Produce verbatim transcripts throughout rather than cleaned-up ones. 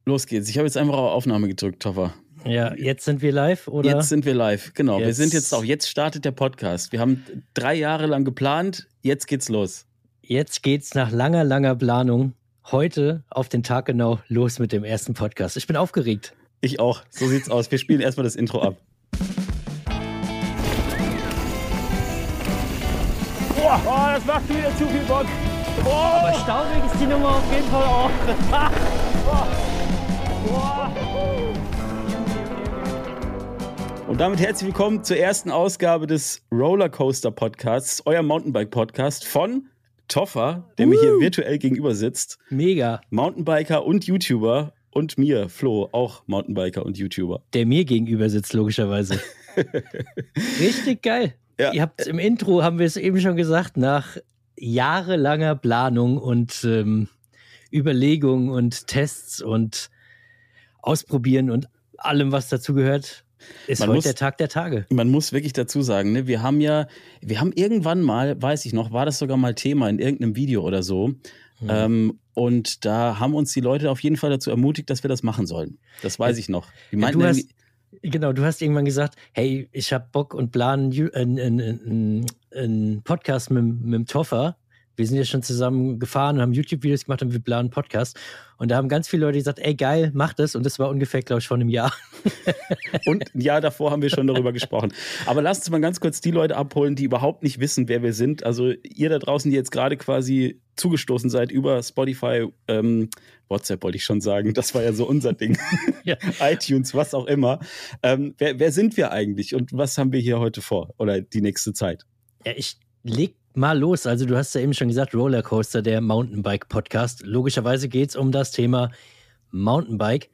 Los geht's. Ich habe jetzt einfach auf Aufnahme gedrückt, Toffer. Ja, jetzt sind wir live, oder? Jetzt sind wir live, genau. Jetzt. Wir sind jetzt auch, jetzt startet der Podcast. Wir haben drei Jahre lang geplant, jetzt geht's los. Jetzt geht's nach langer, langer Planung heute auf den Tag genau los mit dem ersten Podcast. Ich bin aufgeregt. Ich auch, so sieht's aus. Wir spielen erstmal das Intro ab. Boah, oh, das macht wieder zu viel Bock. Oh. Aber staubig ist die Nummer auf jeden Fall auch. Und damit herzlich willkommen zur ersten Ausgabe des Rollercoaster Podcasts, euer Mountainbike-Podcast von Toffer, der uh. mir hier virtuell gegenüber sitzt. Mega. Mountainbiker und YouTuber und mir, Flo, auch Mountainbiker und YouTuber. Der mir gegenüber sitzt, logischerweise. Richtig geil. Ja. Ihr habt im Intro, haben wir es eben schon gesagt, nach jahrelanger Planung und ähm, Überlegung und Tests und Ausprobieren und allem, was dazu gehört, ist man heute muss, der Tag der Tage. Man muss wirklich dazu sagen, ne, wir haben ja, wir haben irgendwann mal, weiß ich noch, war das sogar mal Thema in irgendeinem Video oder so. Mhm. Ähm, und da haben uns die Leute auf jeden Fall dazu ermutigt, dass wir das machen sollen. Das weiß ich noch. Die meinten, ja, du hast, genau, du hast irgendwann gesagt, hey, ich habe Bock und plan einen, einen, einen Podcast mit, mit dem Toffer. Wir sind ja schon zusammen gefahren und haben YouTube-Videos gemacht und wir planen einen Podcast. Und da haben ganz viele Leute gesagt, ey geil, mach das. Und das war ungefähr, glaube ich, vor einem Jahr. Und ein Jahr davor haben wir schon darüber gesprochen. Aber lasst uns mal ganz kurz die Leute abholen, die überhaupt nicht wissen, wer wir sind. Also ihr da draußen, die jetzt gerade quasi zugestoßen seid über Spotify, ähm, WhatsApp wollte ich schon sagen, das war ja so unser Ding. Ja. iTunes, was auch immer. Ähm, wer, wer sind wir eigentlich und was haben wir hier heute vor oder die nächste Zeit? Ja, ich leg mal los. Also du hast ja eben schon gesagt, Rollercoaster, der Mountainbike-Podcast. Logischerweise geht es um das Thema Mountainbike.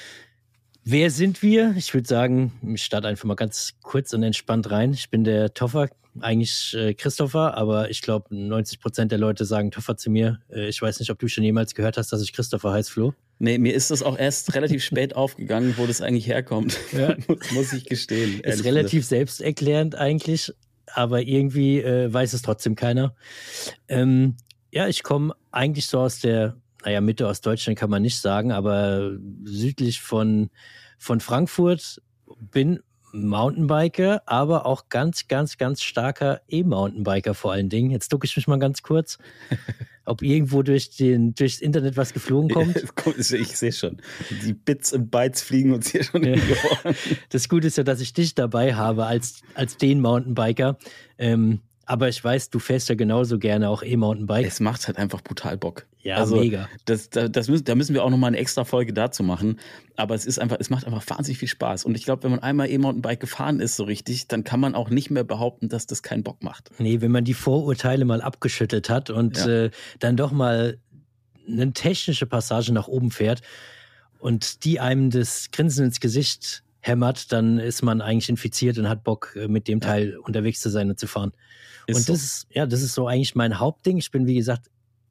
Wer sind wir? Ich würde sagen, ich starte einfach mal ganz kurz und entspannt rein. Ich bin der Toffer, eigentlich äh, Christopher, aber ich glaube, neunzig Prozent der Leute sagen Toffer zu mir. Äh, ich weiß nicht, ob du schon jemals gehört hast, dass ich Christopher heiße, Flo. Nee, mir ist das auch erst relativ spät aufgegangen, wo das eigentlich herkommt. Ja. muss ich gestehen. Ist relativ selbsterklärend eigentlich, aber irgendwie äh, weiß es trotzdem keiner. Ähm, ja, ich komme eigentlich so aus der, naja, Mitte Ostdeutschland kann man nicht sagen, aber südlich von, von Frankfurt, bin Mountainbiker, aber auch ganz, ganz, ganz starker E-Mountainbiker vor allen Dingen. Jetzt ducke ich mich mal ganz kurz, ob irgendwo durch den, durchs Internet was geflogen kommt. Ja, ich sehe schon. Die Bits und Bytes fliegen uns hier schon in die Ohren. Das Gute ist ja, dass ich dich dabei habe als, als den Mountainbiker. Ähm, aber ich weiß, du fährst ja genauso gerne auch E-Mountainbike. Es macht halt einfach brutal Bock. Ja, also, mega. Das, das, das müssen, da müssen wir auch nochmal eine extra Folge dazu machen. Aber es ist einfach, es macht einfach wahnsinnig viel Spaß. Und ich glaube, wenn man einmal E-Mountainbike gefahren ist so richtig, dann kann man auch nicht mehr behaupten, dass das keinen Bock macht. Nee, wenn man die Vorurteile mal abgeschüttelt hat und ja. äh, dann doch mal eine technische Passage nach oben fährt und die einem das Grinsen ins Gesicht hämmert, dann ist man eigentlich infiziert und hat Bock, mit dem Teil ja. unterwegs zu sein und zu fahren. Ist und das so. ist, ja, das ist so eigentlich mein Hauptding. Ich bin, wie gesagt,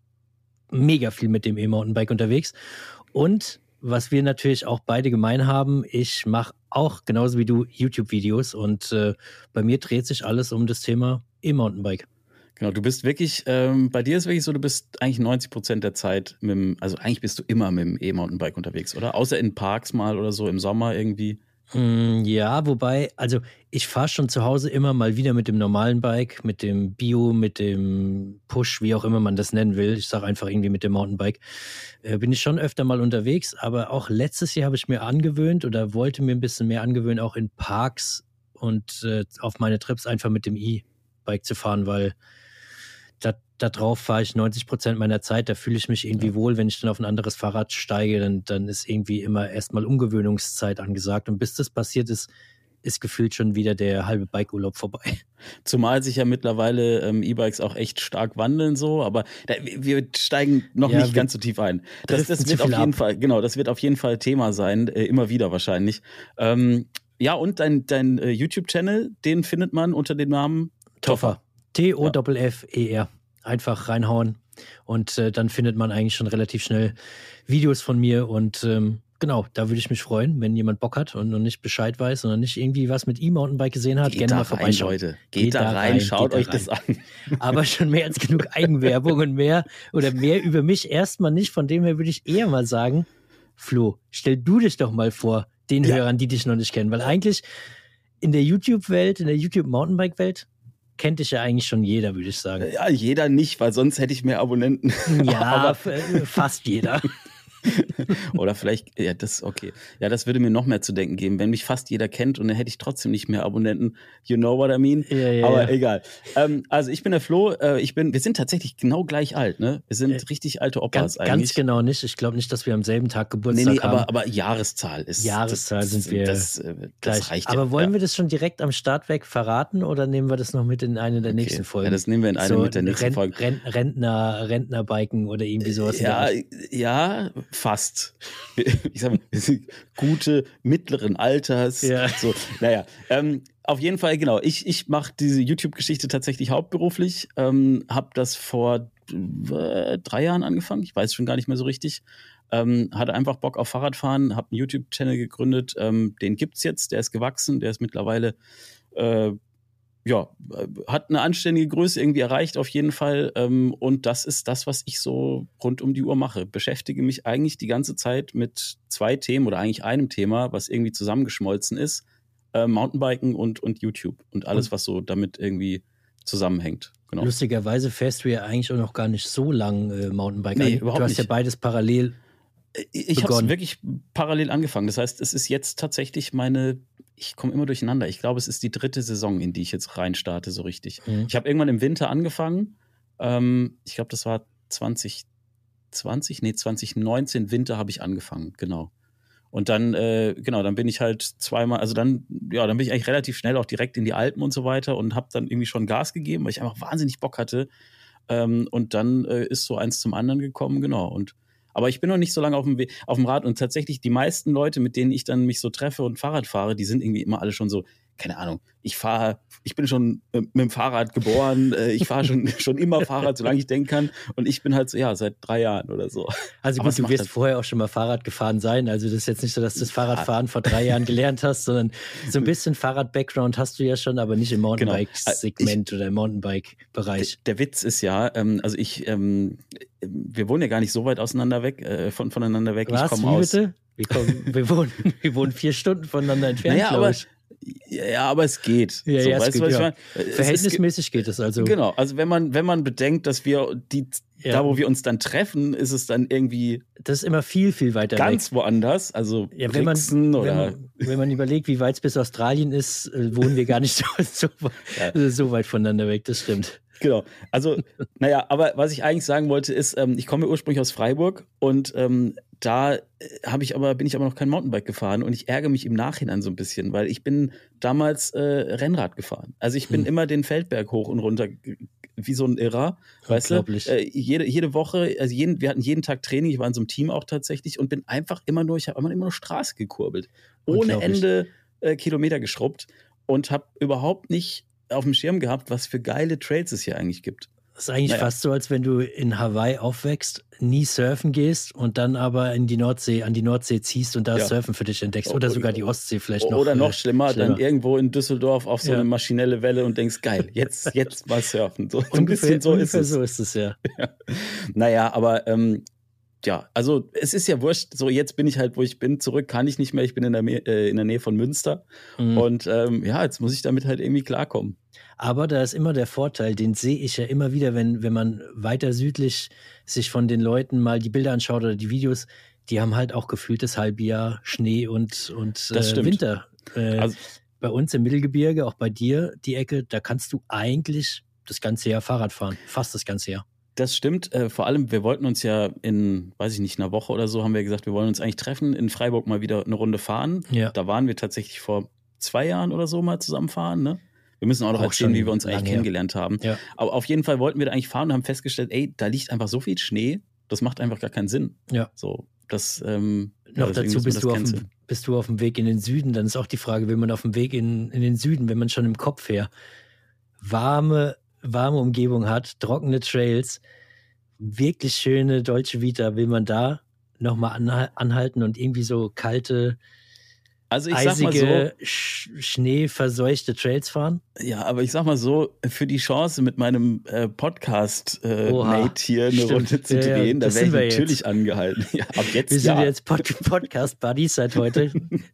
mega viel mit dem E-Mountainbike unterwegs. Und was wir natürlich auch beide gemein haben, ich mache auch genauso wie du YouTube-Videos und äh, bei mir dreht sich alles um das Thema E-Mountainbike. Genau, du bist wirklich, ähm, bei dir ist wirklich so, du bist eigentlich neunzig Prozent der Zeit mit dem, also eigentlich bist du immer mit dem E-Mountainbike unterwegs, oder? Außer in Parks mal oder so im Sommer irgendwie. Ja, wobei, also ich fahre schon zu Hause immer mal wieder mit dem normalen Bike, mit dem Bio, mit dem Push, wie auch immer man das nennen will. Ich sage einfach irgendwie mit dem Mountainbike. Äh, bin ich schon öfter mal unterwegs, aber auch letztes Jahr habe ich mir angewöhnt oder wollte mir ein bisschen mehr angewöhnen, auch in Parks und äh, auf meine Trips einfach mit dem E-Bike zu fahren, weil da, da drauf fahre ich neunzig Prozent meiner Zeit, da fühle ich mich irgendwie ja. wohl. Wenn ich dann auf ein anderes Fahrrad steige, dann, dann ist irgendwie immer erstmal Umgewöhnungszeit angesagt. Und bis das passiert ist, ist gefühlt schon wieder der halbe Bikeurlaub vorbei. Zumal sich ja mittlerweile ähm, E-Bikes auch echt stark wandeln so, aber da, wir steigen noch ja, nicht ganz so tief ein. Das, das wird auf jeden ab. Fall, genau, das wird auf jeden Fall Thema sein, äh, immer wieder wahrscheinlich. Ähm, ja, und dein, dein äh, YouTube-Channel, den findet man unter dem Namen Toffer. T O F F E R. Einfach reinhauen und äh, dann findet man eigentlich schon relativ schnell Videos von mir und ähm, genau, da würde ich mich freuen, wenn jemand Bock hat und noch nicht Bescheid weiß und noch nicht irgendwie was mit E-Mountainbike gesehen hat, geht gerne da mal vorbeischauen. Leute. Geht, geht da rein, rein schaut euch rein. Das an. Aber schon mehr als genug Eigenwerbung und mehr oder mehr über mich erstmal nicht, von dem her würde ich eher mal sagen, Flo, stell du dich doch mal vor, den Ja. Hörern, die dich noch nicht kennen. Weil eigentlich in der YouTube-Welt, in der YouTube-Mountainbike-Welt, kennt dich ja eigentlich schon jeder, würde ich sagen. Ja, jeder nicht, weil sonst hätte ich mehr Abonnenten. Ja, Aber, f- äh, fast jeder. oder vielleicht, ja, das, okay. Ja, das würde mir noch mehr zu denken geben, wenn mich fast jeder kennt und dann hätte ich trotzdem nicht mehr Abonnenten. You know what I mean? Ja, ja, Aber ja. egal. Ähm, also ich bin der Flo, äh, ich bin, wir sind tatsächlich genau gleich alt, ne? Wir sind Äh, richtig alte Ganz, Opas ganz eigentlich. genau nicht. Ich glaube nicht, dass wir am selben Tag Nee, Geburtstag nee, haben. aber, aber Jahreszahl ist. Jahreszahl das, sind wir Das, äh, das Gleich. reicht Aber ja. wollen ja. wir das schon direkt am Start weg verraten oder nehmen wir das noch mit in eine der Okay. nächsten Folgen? Ja, das nehmen wir in eine so mit der nächsten Rent, Folge. Rent, Rentner, Rentnerbiken oder irgendwie sowas. in der Ja, Art. ja, fast. Ich sag mal, wir sind gute mittleren Alters. Ja. So, naja, ähm, auf jeden Fall, genau. Ich, ich mache diese YouTube-Geschichte tatsächlich hauptberuflich. Ähm, habe das vor äh, drei Jahren angefangen. Ich weiß schon gar nicht mehr so richtig. Ähm, hatte einfach Bock auf Fahrradfahren, habe einen YouTube-Channel gegründet. Ähm, den gibt's jetzt. Der ist gewachsen. Der ist mittlerweile äh, ja, äh, hat eine anständige Größe irgendwie erreicht auf jeden Fall. Ähm, und das ist das, was ich so rund um die Uhr mache. Beschäftige mich eigentlich die ganze Zeit mit zwei Themen oder eigentlich einem Thema, was irgendwie zusammengeschmolzen ist. Äh, Mountainbiken und, und YouTube und alles, Und- was so damit irgendwie zusammenhängt. Genau. Lustigerweise fährst du ja eigentlich auch noch gar nicht so lang äh, Mountainbike. Nee, Eigentlich- überhaupt du hast ja nicht. beides parallel. Ich habe es begonnen. wirklich parallel angefangen. Das heißt, es ist jetzt tatsächlich meine, ich komme immer durcheinander. Ich glaube, es ist die dritte Saison, in die ich jetzt reinstarte, so richtig. Mhm. Ich habe irgendwann im Winter angefangen. Ähm, ich glaube, das war zwanzig zwanzig, nee, zwanzig neunzehn Winter habe ich angefangen, genau. Und dann, äh, genau, dann bin ich halt zweimal, also dann, ja, dann bin ich eigentlich relativ schnell auch direkt in die Alpen und so weiter und habe dann irgendwie schon Gas gegeben, weil ich einfach wahnsinnig Bock hatte. Ähm, und dann äh, ist so eins zum anderen gekommen, genau. Und aber ich bin noch nicht so lange auf dem, We- auf dem Rad und tatsächlich die meisten Leute, mit denen ich dann mich so treffe und Fahrrad fahre, die sind irgendwie immer alle schon so, keine Ahnung, ich fahre, ich bin schon äh, mit dem Fahrrad geboren, äh, ich fahre schon, schon immer Fahrrad, solange ich denken kann und ich bin halt so, ja, seit drei Jahren oder so. Also Aber gut, es du macht wirst halt- vorher auch schon mal Fahrrad gefahren sein. Also das ist jetzt nicht so, dass du das Fahrradfahren vor drei Jahren gelernt hast, sondern so ein bisschen Fahrrad-Background hast du ja schon, aber nicht im Mountainbike-Segment oder im Mountainbike-Bereich. Der Witz ist ja, ähm, also ich, ähm, wir wohnen ja gar nicht so weit auseinander weg, äh, von, voneinander weg. Was? Ich komme Wie aus. bitte? Wir, kommen, wir, wohnen, wir wohnen vier Stunden voneinander entfernt, Naja, glaube aber, ich. ja, aber es geht. Ja, so, ja, es weißt geht, du, was ja. ich meine? Es ist- Verhältnismäßig geht es also. Genau, also wenn man, wenn man bedenkt, dass wir die, Ja. da wo wir uns dann treffen, ist es dann irgendwie Das ist immer viel, viel weiter ganz weg. woanders, also Ja, wenn man, Brixen wenn, oder man, wenn man überlegt, wie weit es bis Australien ist, äh, wohnen wir gar nicht so, so, Ja. so weit voneinander weg, das stimmt. genau. Also, naja, aber was ich eigentlich sagen wollte, ist, ähm, ich komme ursprünglich aus Freiburg und ähm, da habe ich aber, bin ich aber noch kein Mountainbike gefahren und ich ärgere mich im Nachhinein so ein bisschen, weil ich bin damals äh, Rennrad gefahren. Also ich bin Hm. immer den Feldberg hoch und runter g- wie so ein Irrer, weißt du? Unglaublich. Äh, jede, jede Woche, also jeden, wir hatten jeden Tag Training, ich war in so einem Team auch tatsächlich und bin einfach immer nur, ich habe immer, immer nur Straße gekurbelt. Ohne Unglaublich. Ende äh, Kilometer geschrubbt und habe überhaupt nicht auf dem Schirm gehabt, was für geile Trails es hier eigentlich gibt. Das ist eigentlich Naja. fast so, als wenn du in Hawaii aufwächst, nie surfen gehst und dann aber in die Nordsee, an die Nordsee ziehst und da Ja. Surfen für dich entdeckst. Oder sogar die Ostsee vielleicht noch. Oder noch äh, schlimmer, dann irgendwo in Düsseldorf auf so Ja. eine maschinelle Welle und denkst, geil, jetzt, jetzt mal surfen. So, so ein Ungefähr, bisschen so ist ungefähr es. so ist es, ja. Naja, aber ähm, ja, also es ist ja wurscht. So, jetzt bin ich halt, wo ich bin. Zurück kann ich nicht mehr. Ich bin in der, Me- äh, in der Nähe von Münster. Mhm. Und ähm, ja, jetzt muss ich damit halt irgendwie klarkommen. Aber da ist immer der Vorteil, den sehe ich ja immer wieder, wenn, wenn man weiter südlich sich von den Leuten mal die Bilder anschaut oder die Videos, die haben halt auch gefühltes Halbjahr Schnee und, und Das äh, stimmt. Winter. Äh, Also- bei uns im Mittelgebirge, auch bei dir, die Ecke, da kannst du eigentlich das ganze Jahr Fahrrad fahren. Fast das ganze Jahr. Das stimmt. Äh, vor allem, wir wollten uns ja in, weiß ich nicht, einer Woche oder so, haben wir gesagt, wir wollen uns eigentlich treffen, in Freiburg mal wieder eine Runde fahren. Ja. Da waren wir tatsächlich vor zwei Jahren oder so mal zusammenfahren, ne? Wir müssen auch noch Auch erzählen, schon wie wir uns eigentlich lange her. kennengelernt haben. Ja. Aber auf jeden Fall wollten wir da eigentlich fahren und haben festgestellt, ey, da liegt einfach so viel Schnee, das macht einfach gar keinen Sinn. Ja. So, das, ähm, ja, Noch deswegen dazu müssen wir bist das du, auf canceln. dem, bist du auf dem Weg in den Süden. Dann ist auch die Frage, will man auf dem Weg in, in den Süden, wenn man schon im Kopf her warme, warme Umgebung hat, trockene Trails, wirklich schöne deutsche Vita, will man da nochmal anha- anhalten und irgendwie so kalte, Also ich sag mal so, eisige, sch- schneeverseuchte Trails fahren? ja, aber ich sag mal so, für die Chance mit meinem äh, Podcast-Mate Oha, hier eine stimmt. Runde zu Ja, ja, drehen, da das wäre ich sind wir natürlich jetzt. angehalten. Ja, ab jetzt Wir sind ja. jetzt Pod- Podcast-Buddies seit heute.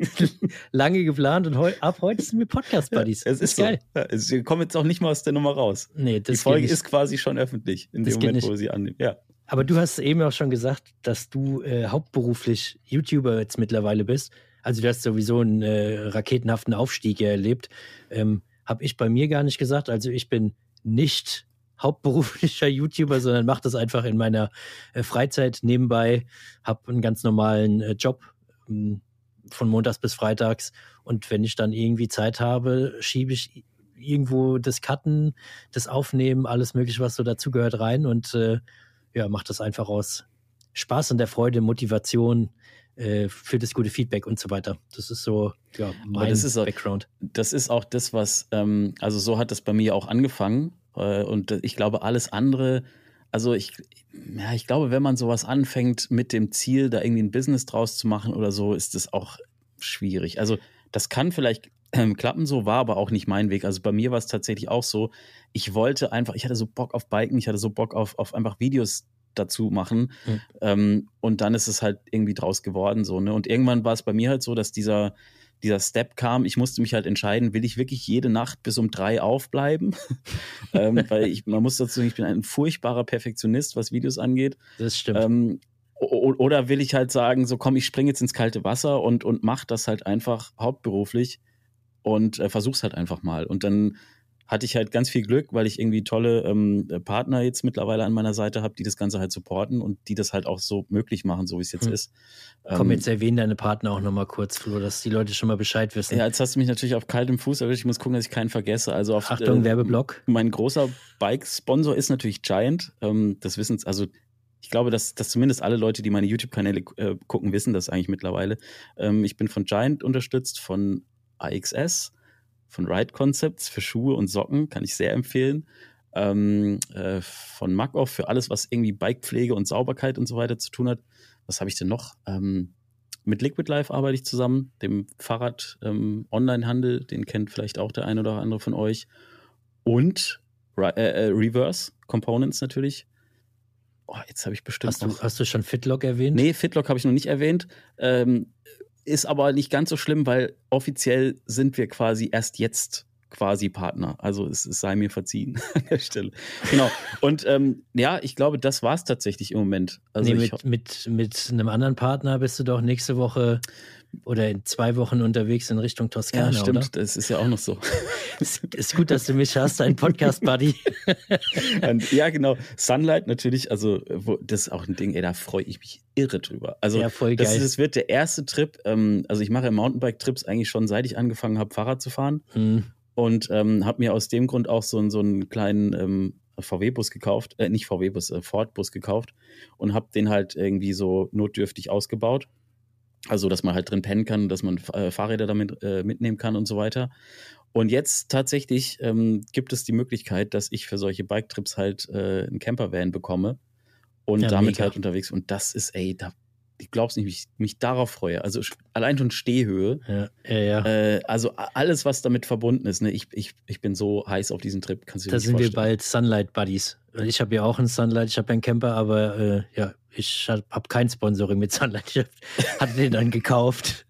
Lange geplant und heu- ab heute sind wir Podcast-Buddies. Es ist, ist so. geil. Ja, es, wir kommen jetzt auch nicht mal aus der Nummer raus. Nee, Die das Folge geht nicht. ist quasi schon öffentlich, in Das dem geht Moment, wo nicht. wir sie annehmen. Ja. Aber du hast eben auch schon gesagt, dass du äh, hauptberuflich YouTuber jetzt mittlerweile bist. Also du hast sowieso einen äh, raketenhaften Aufstieg ja erlebt. Ähm, Habe ich bei mir gar nicht gesagt. Also ich bin nicht hauptberuflicher YouTuber, sondern mache das einfach in meiner äh, Freizeit nebenbei. Habe einen ganz normalen äh, Job ähm, von montags bis freitags. Und wenn ich dann irgendwie Zeit habe, schiebe ich irgendwo das Cutten, das Aufnehmen, alles mögliche, was so dazugehört, rein und äh, ja, macht das einfach aus Spaß und der Freude, Motivation äh, für das gute Feedback und so weiter. Das ist so ja, mein das ist auch- Background. Das ist auch das, was, ähm, also so hat das bei mir auch angefangen. Äh, und ich glaube, alles andere, also ich, ja, ich glaube, wenn man sowas anfängt mit dem Ziel, da irgendwie ein Business draus zu machen oder so, ist das auch schwierig. Also das kann vielleicht ähm, klappen, so war aber auch nicht mein Weg. Also bei mir war es tatsächlich auch so, ich wollte einfach, ich hatte so Bock auf Biken, ich hatte so Bock auf, auf einfach Videos dazu machen. Mhm. Ähm, und dann ist es halt irgendwie draus geworden. So, ne? Und irgendwann war es bei mir halt so, dass dieser, dieser Step kam. Ich musste mich halt entscheiden, will ich wirklich jede Nacht bis um drei aufbleiben? ähm, weil ich, man muss dazu sagen, ich bin ein furchtbarer Perfektionist, was Videos angeht. Das stimmt. Ähm, o- oder will ich halt sagen, so komm, ich springe jetzt ins kalte Wasser und, und mach das halt einfach hauptberuflich und äh, versuch's halt einfach mal. Und dann hatte ich halt ganz viel Glück, weil ich irgendwie tolle ähm, Partner jetzt mittlerweile an meiner Seite habe, die das Ganze halt supporten und die das halt auch so möglich machen, so wie es jetzt Hm. ist. Komm, Ähm, jetzt erwähnen deine Partner auch nochmal kurz, Flo, dass die Leute schon mal Bescheid wissen. ja, jetzt hast du mich natürlich auf kaltem Fuß erwischt. Ich muss gucken, dass ich keinen vergesse. Also auf, Achtung, äh, Werbeblock. Mein großer Bike-Sponsor ist natürlich Giant. Ähm, das wissen also ich glaube, dass, dass zumindest alle Leute, die meine YouTube-Kanäle äh, gucken, wissen das eigentlich mittlerweile. Ähm, ich bin von Giant unterstützt, von A X S, von Ride Concepts für Schuhe und Socken, kann ich sehr empfehlen. Ähm, äh, von Makoff für alles, was irgendwie Bikepflege und Sauberkeit und so weiter zu tun hat. Was habe ich denn noch? Ähm, mit Liquid Life arbeite ich zusammen, dem Fahrrad-Online-Handel, den kennt vielleicht auch der ein oder andere von euch. Und Re äh, Reverse Components natürlich. Oh, jetzt habe ich bestimmt Hast du, noch... hast du schon Fitlock erwähnt? Nee, Fitlock habe ich noch nicht erwähnt. Ähm, ist aber nicht ganz so schlimm, weil offiziell sind wir quasi erst jetzt quasi Partner. Also es, es sei mir verziehen an der Stelle. Genau. Und ähm, ja, ich glaube, das war es tatsächlich im Moment. Also nee, ich, mit, mit, mit einem anderen Partner bist du doch nächste Woche oder in zwei Wochen unterwegs in Richtung Toskana, ja, stimmt, oder? das ist ja auch noch so. Ist, ist gut, dass du mich hast, ein Podcast-Buddy. Und, ja, genau. Sunlight natürlich, also wo, das ist auch ein Ding, ey, da freue ich mich irre drüber. Also Ja, voll das, geil. ist, das wird der erste Trip, ähm, also ich mache Mountainbike-Trips eigentlich schon, seit ich angefangen habe, Fahrrad zu fahren. Hm. Und ähm, habe mir aus dem Grund auch so, so einen kleinen ähm, V W-Bus gekauft, äh, nicht V W-Bus, äh, Ford-Bus gekauft und habe den halt irgendwie so notdürftig ausgebaut. Also, dass man halt drin pennen kann, dass man äh, Fahrräder damit äh, mitnehmen kann und so weiter. Und jetzt tatsächlich ähm, gibt es die Möglichkeit, dass ich für solche Bike-Trips halt äh, einen Campervan bekomme und Ja, damit mega. halt unterwegs. Und das ist, ey, da, ich glaub's nicht, mich, mich darauf freue. Also sch- allein schon Stehhöhe. Ja, ja, ja. Äh, also a- alles, was damit verbunden ist. Ne? Ich, ich, ich bin so heiß auf diesen Trip, kannst du dir Da nicht sind wir vorstellen. bald Sunlight Buddies. Ich habe ja auch einen Sunlight, ich habe einen Camper, aber äh, ja, ich habe hab kein Sponsoring mit Sunlight. Ich hab- hatte den dann gekauft.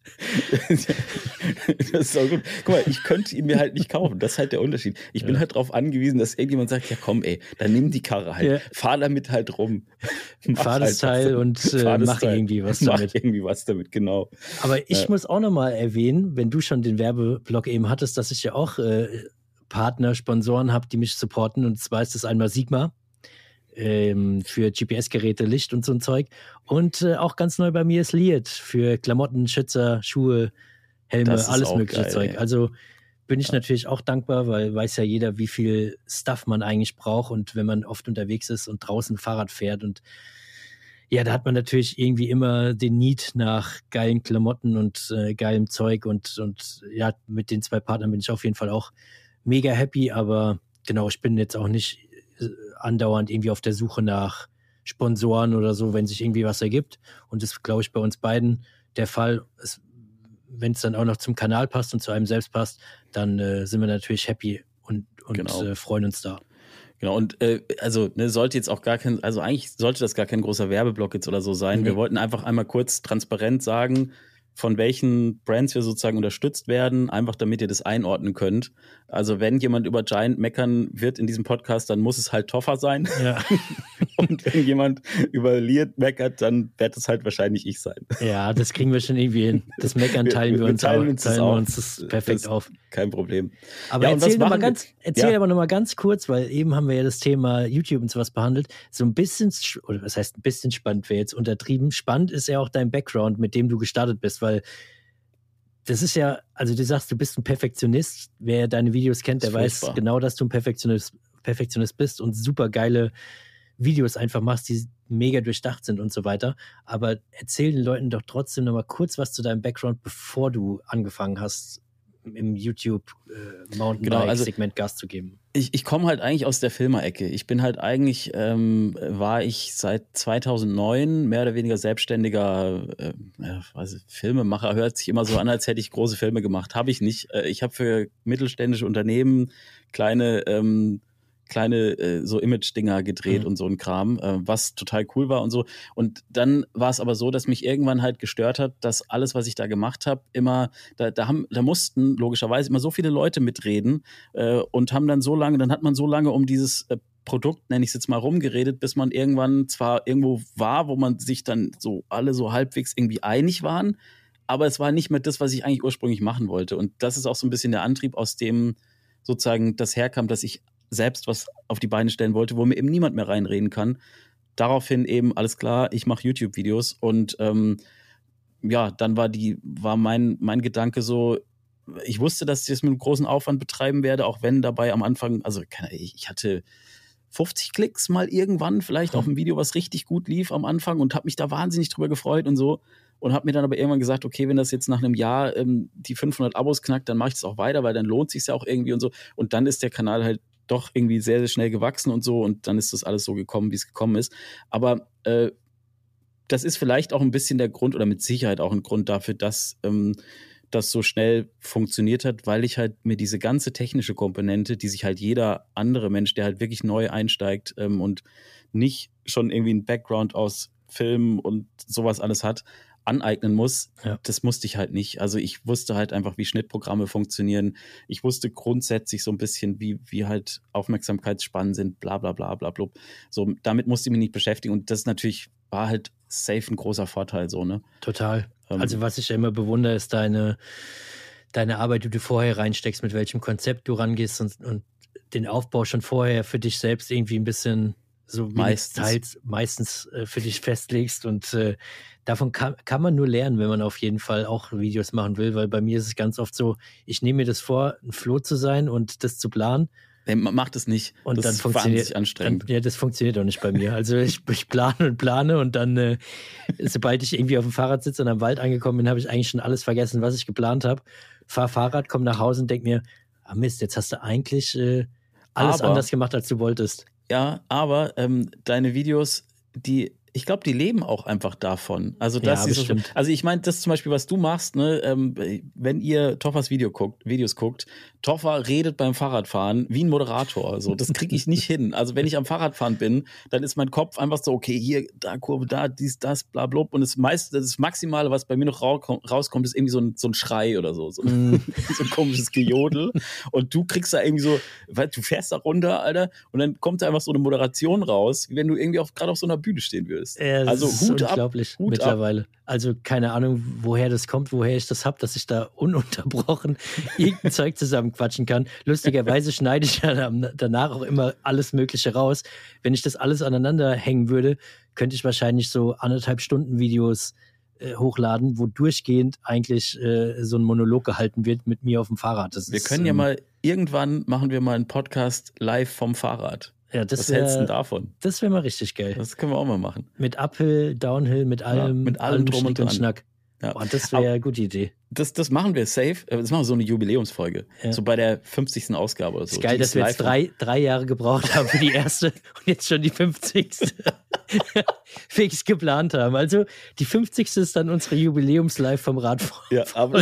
Das ist auch gut. Guck mal, ich könnte ihn mir halt nicht kaufen. Das ist halt der Unterschied. Ich bin Ja. halt darauf angewiesen, dass irgendjemand sagt, ja komm ey, dann nimm die Karre halt. Ja. Fahr damit halt rum. Mach Fahr das halt was Teil damit. und äh, Fahr das mach Teil. irgendwie was Mach damit. irgendwie was damit, genau. Aber ich Ja. muss auch nochmal erwähnen, wenn du schon den Werbeblock eben hattest, dass ich ja auch äh, Partner, Sponsoren habe, die mich supporten. Und zwar ist das einmal Sigma ähm, für G P S-Geräte, Licht und so ein Zeug. Und äh, auch ganz neu bei mir ist Liet für Klamotten, Schützer, Schuhe, Helme, Das ist alles auch mögliche geil, Zeug. ey. Also bin ich Ja. natürlich auch dankbar, weil weiß ja jeder, wie viel Stuff man eigentlich braucht. Und wenn man oft unterwegs ist und draußen Fahrrad fährt und ja, da hat man natürlich irgendwie immer den Need nach geilen Klamotten und äh, geilem Zeug und, und ja, mit den zwei Partnern bin ich auf jeden Fall auch mega happy, aber genau, ich bin jetzt auch nicht äh, andauernd irgendwie auf der Suche nach Sponsoren oder so, wenn sich irgendwie was ergibt und das ist, glaube ich, bei uns beiden der Fall. Es wenn es dann auch noch zum Kanal passt und zu einem selbst passt, dann äh, sind wir natürlich happy und, und Genau. äh, freuen uns da. Genau, und äh, also ne, sollte jetzt auch gar kein, also eigentlich sollte das gar kein großer Werbeblock jetzt oder so sein. Nee. Wir wollten einfach einmal kurz transparent sagen, von welchen Brands wir sozusagen unterstützt werden, einfach damit ihr das einordnen könnt. Also wenn jemand über Giant meckern wird in diesem Podcast, dann muss es halt Toffer sein. Ja. Und wenn jemand über Liat meckert, dann wird es halt wahrscheinlich ich sein. Ja, das kriegen wir schon irgendwie hin. Das Meckern teilen wir, wir, wir uns teilen auch. Uns teilen das wir auf. uns das perfekt das auf. Kein Problem. Aber ja, erzähl, noch mal ganz, erzähl ja. aber noch mal ganz kurz, weil eben haben wir ja das Thema YouTube und sowas behandelt. So ein bisschen, oder was heißt ein bisschen spannend, wäre jetzt untertrieben. Spannend ist ja auch dein Background, mit dem du gestartet bist, weil das ist ja, also du sagst, du bist ein Perfektionist. Wer deine Videos kennt, der weiß furchtbar. genau, dass du ein Perfektionist, Perfektionist bist und super geile Videos einfach machst, die mega durchdacht sind und so weiter. Aber erzähl den Leuten doch trotzdem noch mal kurz was zu deinem Background, bevor du angefangen hast, im YouTube äh, Mountainbike-Segment genau, also Gas zu geben. Ich, ich komme halt eigentlich aus der Filmerecke. Ich bin halt eigentlich, ähm, war ich seit zweitausendneun mehr oder weniger selbstständiger äh, also Filmemacher. Hört sich immer so an, als hätte ich große Filme gemacht. Habe ich nicht. Äh, ich habe für mittelständische Unternehmen kleine ähm, kleine äh, so Image-Dinger gedreht mhm. und so ein Kram, äh, was total cool war und so. Und dann war es aber so, dass mich irgendwann halt gestört hat, dass alles, was ich da gemacht habe, immer, da, da haben, da mussten logischerweise immer so viele Leute mitreden äh, und haben dann so lange, dann hat man so lange um dieses äh, Produkt, nenne ich es jetzt mal, rumgeredet, bis man irgendwann zwar irgendwo war, wo man sich dann so alle so halbwegs irgendwie einig waren, aber es war nicht mehr das, was ich eigentlich ursprünglich machen wollte. Und das ist auch so ein bisschen der Antrieb, aus dem sozusagen das herkam, dass ich selbst was auf die Beine stellen wollte, wo mir eben niemand mehr reinreden kann. Daraufhin eben, alles klar, ich mache YouTube-Videos und ähm, ja, dann war die, war mein, mein Gedanke so, ich wusste, dass ich das mit einem großen Aufwand betreiben werde, auch wenn dabei am Anfang, also ich hatte fünfzig Klicks mal irgendwann, vielleicht hm. auf ein Video, was richtig gut lief am Anfang und habe mich da wahnsinnig drüber gefreut und so. Und habe mir dann aber irgendwann gesagt, okay, wenn das jetzt nach einem Jahr ähm, die fünfhundert Abos knackt, dann mache ich das auch weiter, weil dann lohnt sich ja auch irgendwie und so. Und dann ist der Kanal halt doch irgendwie sehr, sehr schnell gewachsen und so und dann ist das alles so gekommen, wie es gekommen ist. Aber äh, das ist vielleicht auch ein bisschen der Grund oder mit Sicherheit auch ein Grund dafür, dass ähm, das so schnell funktioniert hat, weil ich halt mir diese ganze technische Komponente, die sich halt jeder andere Mensch, der halt wirklich neu einsteigt ähm, und nicht schon irgendwie einen Background aus Filmen und sowas alles hat, aneignen muss, ja. Das musste ich halt nicht. Also ich wusste halt einfach, wie Schnittprogramme funktionieren. Ich wusste grundsätzlich so ein bisschen, wie, wie halt Aufmerksamkeitsspannen sind, bla bla bla bla bla. So, damit musste ich mich nicht beschäftigen und das natürlich war halt safe ein großer Vorteil so, ne? Total. Ähm, also was ich ja immer bewundere, ist deine, deine Arbeit, die du vorher reinsteckst, mit welchem Konzept du rangehst und, und den Aufbau schon vorher für dich selbst irgendwie ein bisschen so meistens, teils, meistens äh, für dich festlegst und äh, davon kann, kann man nur lernen, wenn man auf jeden Fall auch Videos machen will, weil bei mir ist es ganz oft so, ich nehme mir das vor, ein Floh zu sein und das zu planen. Nee, macht es nicht. Und das dann ist funktioniert anstrengend. Dann, ja, das funktioniert auch nicht bei mir. Also ich, ich plane und plane und dann, äh, sobald ich irgendwie auf dem Fahrrad sitze und am Wald angekommen bin, habe ich eigentlich schon alles vergessen, was ich geplant habe. Fahr Fahrrad, komm nach Hause und denk mir, ah Mist, jetzt hast du eigentlich äh, alles aber, anders gemacht, als du wolltest. Ja, aber ähm, deine Videos, die ich glaube, die leben auch einfach davon. Also, das ja, ist so, also ich meine, das zum Beispiel, was du machst, ne, ähm, wenn ihr Toffers Video guckt, Videos guckt, Toffer redet beim Fahrradfahren wie ein Moderator. So, das kriege ich nicht hin. Also, wenn ich am Fahrradfahren bin, dann ist mein Kopf einfach so, okay, hier, da, Kurve, da, dies, das, bla, bla. Und das meiste, das Maximale, was bei mir noch rauskommt, ist irgendwie so ein, so ein Schrei oder so. So ein, mm. so ein komisches Gejodel. Und du kriegst da irgendwie so, weil du fährst da runter, Alter, und dann kommt da einfach so eine Moderation raus, wie wenn du irgendwie gerade auf so einer Bühne stehen würdest. Ja, das also ist Hut unglaublich ab, Hut mittlerweile. Ab. Also keine Ahnung, woher das kommt, woher ich das habe, dass ich da ununterbrochen irgendein Zeug zusammenquatschen kann. Lustigerweise schneide ich ja danach auch immer alles Mögliche raus. Wenn ich das alles aneinander hängen würde, könnte ich wahrscheinlich so anderthalb Stunden Videos äh, hochladen, wo durchgehend eigentlich äh, so ein Monolog gehalten wird mit mir auf dem Fahrrad. Das wir ist, können ähm, ja mal, irgendwann machen wir mal einen Podcast live vom Fahrrad. Ja, das Was wär, hältst du denn davon? Das wäre mal richtig geil. Das können wir auch mal machen. Mit Uphill, Downhill, mit allem, ja, mit allem, allem drum und dran. Schnack. Ja. Boah, das wäre eine gute Idee. Das, das machen wir safe. Das machen wir so eine Jubiläumsfolge. Ja. So bei der fünfzigsten Ausgabe oder so. Ist geil, dass wir jetzt drei, drei Jahre gebraucht haben für die erste und jetzt schon die fünfzigste fix geplant haben. Also die fünfzigste ist dann unsere Jubiläums-Live vom Radfreund. Ja, aber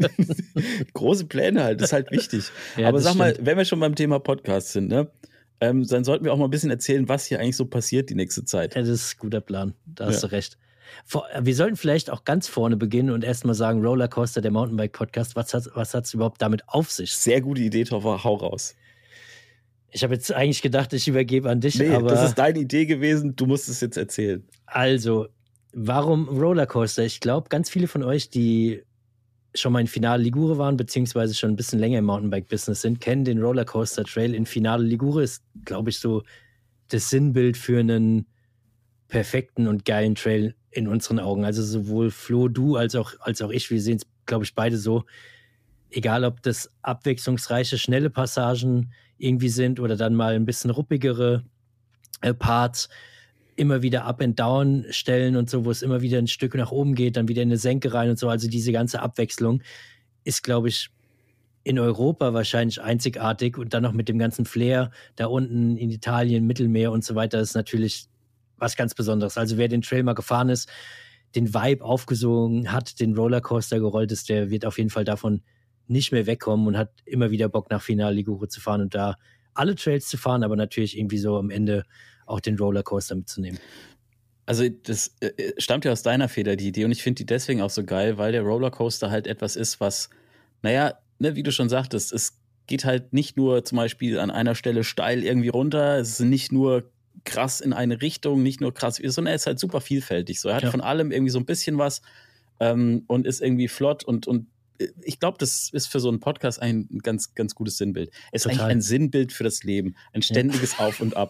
große Pläne halt, das ist halt wichtig. Ja, aber sag stimmt. mal, wenn wir schon beim Thema Podcast sind, ne, ähm, dann sollten wir auch mal ein bisschen erzählen, was hier eigentlich so passiert die nächste Zeit. Ja, das ist ein guter Plan, da hast ja. du recht. Vor, wir sollten vielleicht auch ganz vorne beginnen und erstmal sagen, Rollercoaster, der Mountainbike-Podcast, was hat es was überhaupt damit auf sich? Sehr gute Idee, Toffer, hau raus. Ich habe jetzt eigentlich gedacht, ich übergebe an dich. Nee, aber das ist deine Idee gewesen, du musst es jetzt erzählen. Also, warum Rollercoaster? Ich glaube, ganz viele von euch, die schon mal in Finale Ligure waren, beziehungsweise schon ein bisschen länger im Mountainbike-Business sind, kennen den Rollercoaster Trail in Finale Ligure. Ist, glaube ich, so das Sinnbild für einen perfekten und geilen Trail in unseren Augen. Also sowohl Flo, du, als auch, als auch ich, wir sehen es, glaube ich, beide so. Egal, ob das abwechslungsreiche, schnelle Passagen irgendwie sind oder dann mal ein bisschen ruppigere äh, Parts, immer wieder Up and Down Stellen und so, wo es immer wieder ein Stück nach oben geht, dann wieder in eine Senke rein und so. Also diese ganze Abwechslung ist, glaube ich, in Europa wahrscheinlich einzigartig und dann noch mit dem ganzen Flair da unten in Italien, Mittelmeer und so weiter ist natürlich was ganz Besonderes. Also wer den Trail mal gefahren ist, den Vibe aufgesogen hat, den Rollercoaster gerollt ist, der wird auf jeden Fall davon nicht mehr wegkommen und hat immer wieder Bock nach Finale Ligure zu fahren und da alle Trails zu fahren, aber natürlich irgendwie so am Ende auch den Rollercoaster mitzunehmen. Also das äh, stammt ja aus deiner Feder, die Idee, und ich finde die deswegen auch so geil, weil der Rollercoaster halt etwas ist, was, naja, ne, wie du schon sagtest, es geht halt nicht nur zum Beispiel an einer Stelle steil irgendwie runter, es ist nicht nur krass in eine Richtung, nicht nur krass, sondern er ist halt super vielfältig. So, er hat ja. von allem irgendwie so ein bisschen was ähm, und ist irgendwie flott und, und ich glaube, das ist für so einen Podcast ein ganz, ganz gutes Sinnbild. Es ist Total. eigentlich ein Sinnbild für das Leben. Ein ständiges ja. Auf und Ab.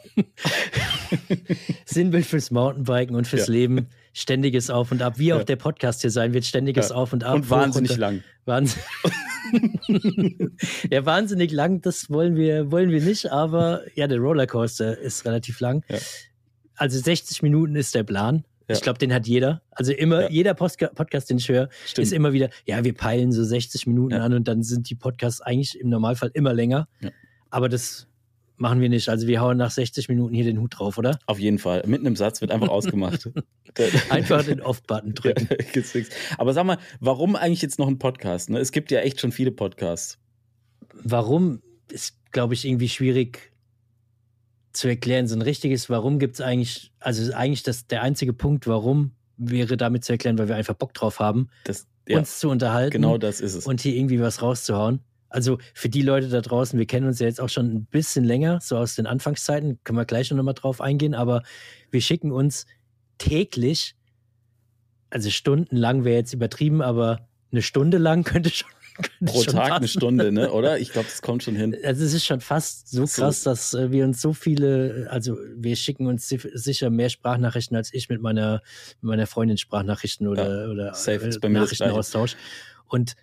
Sinnbild fürs Mountainbiken und fürs ja. Leben. Ständiges Auf und Ab. Wie auch ja. der Podcast hier sein wird. Ständiges ja. Auf und Ab. Und wahnsinnig und, lang. Wahnsinn. ja, wahnsinnig lang, das wollen wir, wollen wir nicht. Aber ja, der Rollercoaster ist relativ lang. Ja. Also sechzig Minuten ist der Plan. Ja. Ich glaube, den hat jeder. Also immer, ja. jeder Postka- Podcast, den ich höre, Stimmt. ist immer wieder, ja, wir peilen so sechzig Minuten ja. an und dann sind die Podcasts eigentlich im Normalfall immer länger. Ja. Aber das machen wir nicht. Also wir hauen nach sechzig Minuten hier den Hut drauf, oder? Auf jeden Fall. Mitten im Satz wird einfach ausgemacht. Einfach den Off-Button drücken. Ja, aber sag mal, warum eigentlich jetzt noch ein Podcast? Ne? Es gibt ja echt schon viele Podcasts. Warum ist, glaube ich, irgendwie schwierig zu erklären. So ein richtiges Warum gibt es eigentlich, also eigentlich das, der einzige Punkt, warum wäre damit zu erklären, weil wir einfach Bock drauf haben, das, ja, uns zu unterhalten. Genau das ist es. Und hier irgendwie was rauszuhauen. Also für die Leute da draußen, wir kennen uns ja jetzt auch schon ein bisschen länger, so aus den Anfangszeiten, können wir gleich noch mal drauf eingehen, aber wir schicken uns täglich, also stundenlang wäre jetzt übertrieben, aber eine Stunde lang könnte schon Pro Tag passen. Eine Stunde, ne? Oder? Ich glaube, das kommt schon hin. Also es ist schon fast so krass, so. dass äh, wir uns so viele, also wir schicken uns sicher mehr Sprachnachrichten als ich mit meiner, mit meiner Freundin Sprachnachrichten oder, ja, oder safe, äh, Nachrichtenaustausch. Und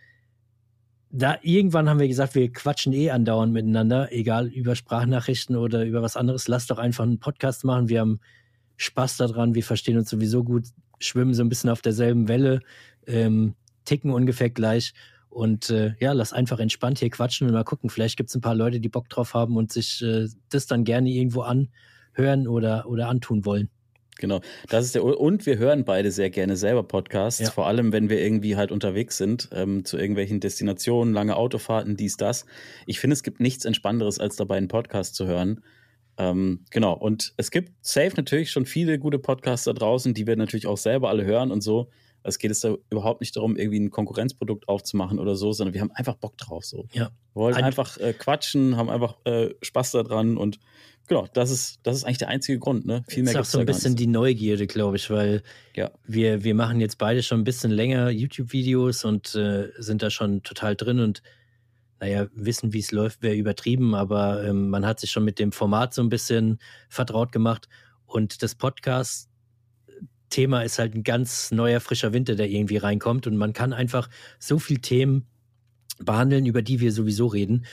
da irgendwann haben wir gesagt, wir quatschen eh andauernd miteinander, egal über Sprachnachrichten oder über was anderes. Lass doch einfach einen Podcast machen. Wir haben Spaß daran, wir verstehen uns sowieso gut, schwimmen so ein bisschen auf derselben Welle, ähm, ticken ungefähr gleich. Und äh, ja, lass einfach entspannt hier quatschen und mal gucken. Vielleicht gibt es ein paar Leute, die Bock drauf haben und sich äh, das dann gerne irgendwo anhören oder, oder antun wollen. Genau, das ist der und wir hören beide sehr gerne selber Podcasts, ja. Vor allem, wenn wir irgendwie halt unterwegs sind, ähm, zu irgendwelchen Destinationen, lange Autofahrten, dies, das. Ich finde, es gibt nichts Entspannenderes, als dabei einen Podcast zu hören. Ähm, genau, und es gibt safe natürlich schon viele gute Podcasts da draußen, die wir natürlich auch selber alle hören und so. Es geht es da überhaupt nicht darum, irgendwie ein Konkurrenzprodukt aufzumachen oder so, sondern wir haben einfach Bock drauf. So. Ja. Wir wollen ein- einfach äh, quatschen, haben einfach äh, Spaß daran und genau, das ist, das ist eigentlich der einzige Grund. Ne? Viel mehr das ist auch so ein bisschen die Neugierde, glaube ich, weil ja. wir, wir machen jetzt beide schon ein bisschen länger YouTube-Videos und äh, sind da schon total drin und naja, wissen, wie es läuft, wäre übertrieben, aber ähm, man hat sich schon mit dem Format so ein bisschen vertraut gemacht und das Podcast Thema ist halt ein ganz neuer, frischer Wind, der irgendwie reinkommt und man kann einfach so viele Themen behandeln, über die wir sowieso reden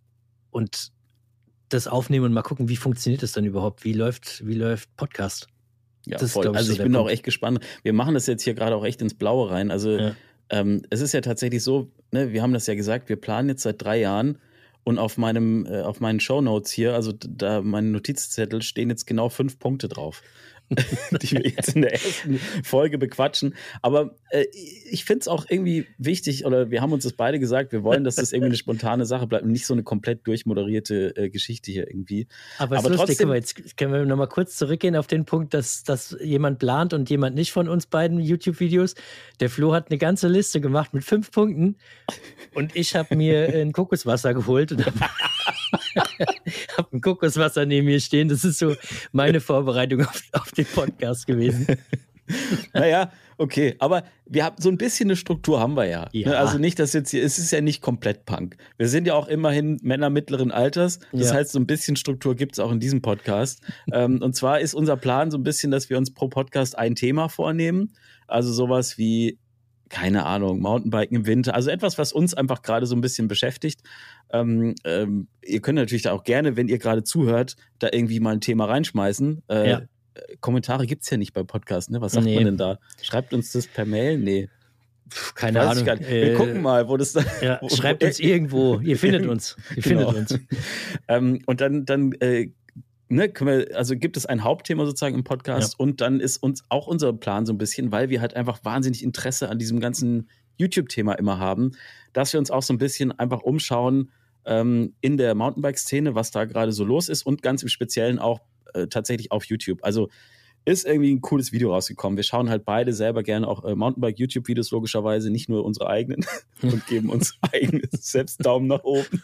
und das aufnehmen und mal gucken, wie funktioniert das dann überhaupt? Wie läuft, wie läuft Podcast? Ja, das voll. Ist, also so ich bin Punkt. auch echt gespannt. Wir machen das jetzt hier gerade auch echt ins Blaue rein. Also ja. ähm, es ist ja tatsächlich so, ne, wir haben das ja gesagt, wir planen jetzt seit drei Jahren und auf meinem, äh, auf meinen Shownotes hier, also da meine Notizzettel stehen jetzt genau fünf Punkte drauf. die wir jetzt in der ersten Folge bequatschen. Aber äh, ich finde es auch irgendwie wichtig, oder wir haben uns das beide gesagt, wir wollen, dass das irgendwie eine spontane Sache bleibt und nicht so eine komplett durchmoderierte äh, Geschichte hier irgendwie. Aber, Aber lustig, trotzdem, jetzt können wir nochmal kurz zurückgehen auf den Punkt, dass, dass jemand plant und jemand nicht von uns beiden YouTube-Videos. Der Flo hat eine ganze Liste gemacht mit fünf Punkten und ich habe mir ein Kokoswasser geholt und habe hab ein Kokoswasser neben mir stehen. Das ist so meine Vorbereitung auf, auf den Podcast gewesen. Naja, okay, aber wir haben so ein bisschen eine Struktur haben wir ja. ja. Also nicht, dass jetzt hier, es ist ja nicht komplett Punk. Wir sind ja auch immerhin Männer mittleren Alters. Das ja. heißt, so ein bisschen Struktur gibt es auch in diesem Podcast. ähm, und zwar ist unser Plan so ein bisschen, dass wir uns pro Podcast ein Thema vornehmen. Also sowas wie, keine Ahnung, Mountainbiken im Winter. Also etwas, was uns einfach gerade so ein bisschen beschäftigt. Ähm, ähm, ihr könnt natürlich da auch gerne, wenn ihr gerade zuhört, da irgendwie mal ein Thema reinschmeißen. Äh, ja. Kommentare gibt es ja nicht bei Podcasts, ne? Was sagt nee. man denn da? Schreibt uns das per Mail? Nee. Puh, keine Ahnung. Wir äh, gucken mal, wo das da. Ja, wo, schreibt wo, uns irgendwo. Ihr findet uns. Ihr genau. findet uns. ähm, und dann, dann äh, ne, können wir, also gibt es ein Hauptthema sozusagen im Podcast ja. und dann ist uns auch unser Plan so ein bisschen, weil wir halt einfach wahnsinnig Interesse an diesem ganzen YouTube-Thema immer haben, dass wir uns auch so ein bisschen einfach umschauen ähm, in der Mountainbike-Szene, was da gerade so los ist und ganz im Speziellen auch tatsächlich auf YouTube. Also ist irgendwie ein cooles Video rausgekommen. Wir schauen halt beide selber gerne auch äh, Mountainbike-YouTube-Videos logischerweise, nicht nur unsere eigenen und geben uns eigene selbst Daumen nach oben.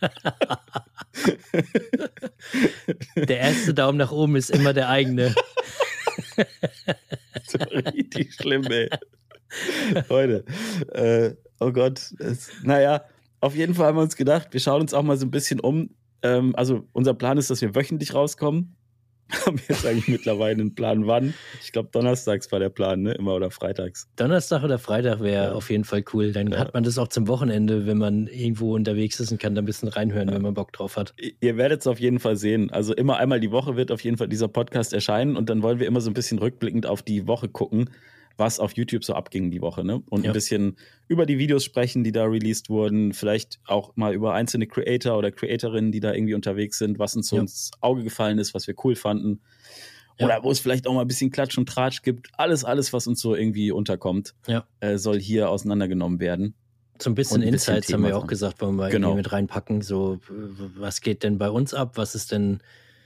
Der erste Daumen nach oben ist immer der eigene. So richtig schlimm, ey. Leute, äh, oh Gott. Es, naja, auf jeden Fall haben wir uns gedacht, wir schauen uns auch mal so ein bisschen um. Ähm, also unser Plan ist, dass wir wöchentlich rauskommen. Haben wir jetzt eigentlich mittlerweile einen Plan, wann? Ich glaube, donnerstags war der Plan, ne? Immer oder freitags. Donnerstag oder Freitag wäre ja. auf jeden Fall cool. Dann ja. hat man das auch zum Wochenende, wenn man irgendwo unterwegs ist und kann da ein bisschen reinhören, ja. wenn man Bock drauf hat. Ihr werdet es auf jeden Fall sehen. Also immer einmal die Woche wird auf jeden Fall dieser Podcast erscheinen und dann wollen wir immer so ein bisschen rückblickend auf die Woche gucken, was auf YouTube so abging die Woche, ne? Und ja. ein bisschen über die Videos sprechen, die da released wurden, vielleicht auch mal über einzelne Creator oder Creatorinnen, die da irgendwie unterwegs sind, was uns so ja. ins Auge gefallen ist, was wir cool fanden. Oder ja. wo es vielleicht auch mal ein bisschen Klatsch und Tratsch gibt. Alles, alles, was uns so irgendwie unterkommt, ja. äh, soll hier auseinandergenommen werden. So ein bisschen ein Insights bisschen haben wir auch gesagt, wollen wir genau. mit reinpacken. So, was geht denn bei uns ab? Was ist denn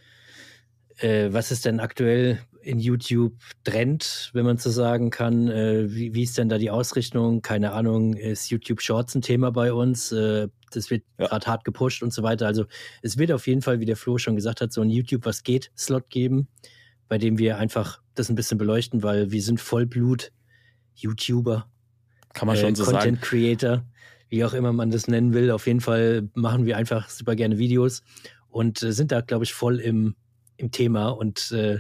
Äh, was ist denn aktuell in YouTube Trend, wenn man so sagen kann? Äh, wie, wie ist denn da die Ausrichtung? Keine Ahnung, ist YouTube Shorts ein Thema bei uns? Äh, das wird ja. gerade hart gepusht und so weiter. Also es wird auf jeden Fall, wie der Flo schon gesagt hat, so ein YouTube was geht Slot geben, bei dem wir einfach das ein bisschen beleuchten, weil wir sind Vollblut YouTuber. Kann man schon äh, so Content sagen. Content Creator, wie auch immer man das nennen will. Auf jeden Fall machen wir einfach super gerne Videos und äh, sind da, glaube ich, voll im im Thema und äh,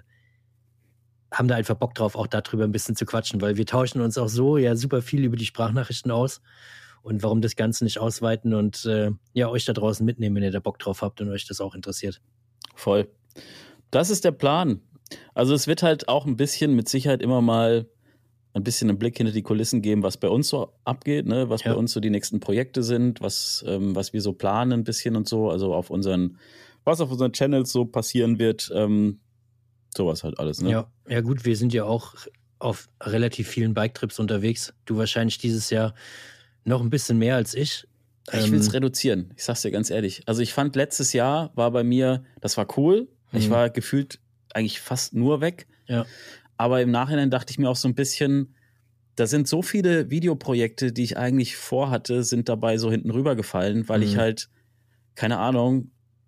haben da einfach Bock drauf, auch darüber ein bisschen zu quatschen, weil wir tauschen uns auch so ja super viel über die Sprachnachrichten aus und warum das Ganze nicht ausweiten und äh, ja, euch da draußen mitnehmen, wenn ihr da Bock drauf habt und euch das auch interessiert. Voll. Das ist der Plan. Also es wird halt auch ein bisschen mit Sicherheit immer mal ein bisschen einen Blick hinter die Kulissen geben, was bei uns so abgeht, ne? Was ja. bei uns so die nächsten Projekte sind, was, ähm, was wir so planen ein bisschen und so, also auf unseren was auf unseren Channels so passieren wird, ähm, sowas halt alles, ne? Ja, ja gut, wir sind ja auch auf relativ vielen Bike-Trips unterwegs. Du wahrscheinlich dieses Jahr noch ein bisschen mehr als ich. Ich will es reduzieren, ich sag's dir ganz ehrlich. Also ich fand, letztes Jahr war bei mir, das war cool, mhm. ich war gefühlt eigentlich fast nur weg. Ja. Aber im Nachhinein dachte ich mir auch so ein bisschen, da sind so viele Videoprojekte, die ich eigentlich vorhatte, sind dabei so hinten rübergefallen, weil mhm. ich halt, keine Ahnung,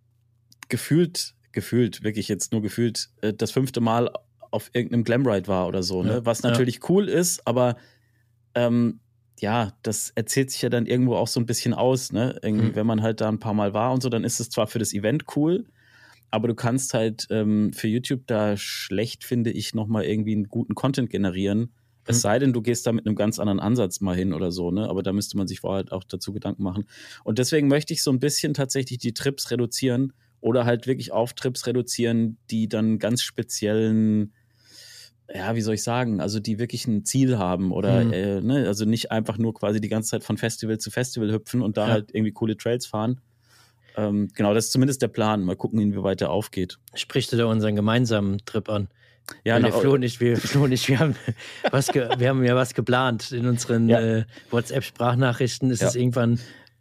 gefühlt, gefühlt, wirklich jetzt nur gefühlt, das fünfte Mal auf irgendeinem Glamride war oder so, ne? Ja, was natürlich ja. cool ist, aber ähm, ja, das erzählt sich ja dann irgendwo auch so ein bisschen aus, ne? Irgendwie, mhm. wenn man halt da ein paar Mal war und so, dann ist es zwar für das Event cool, aber du kannst halt ähm, für YouTube da schlecht, finde ich, nochmal irgendwie einen guten Content generieren. Mhm. Es sei denn, du gehst da mit einem ganz anderen Ansatz mal hin oder so, ne? Aber da müsste man sich vorher halt auch dazu Gedanken machen. Und deswegen möchte ich so ein bisschen tatsächlich die Trips reduzieren oder halt wirklich auf Trips reduzieren, die dann ganz speziellen, ja, wie soll ich sagen, also die wirklich ein Ziel haben oder mhm. äh, ne? Also nicht einfach nur quasi die ganze Zeit von Festival zu Festival hüpfen und da ja. halt irgendwie coole Trails fahren. Ähm, genau, das ist zumindest der Plan. Mal gucken, inwieweit der aufgeht. Sprichst du da unseren gemeinsamen Trip an? Ja, der Flo nicht, wir, Flo nicht, wir haben was, ge, wir haben ja was geplant in unseren ja. äh, WhatsApp-Sprachnachrichten. Ist ja. es irgendwann.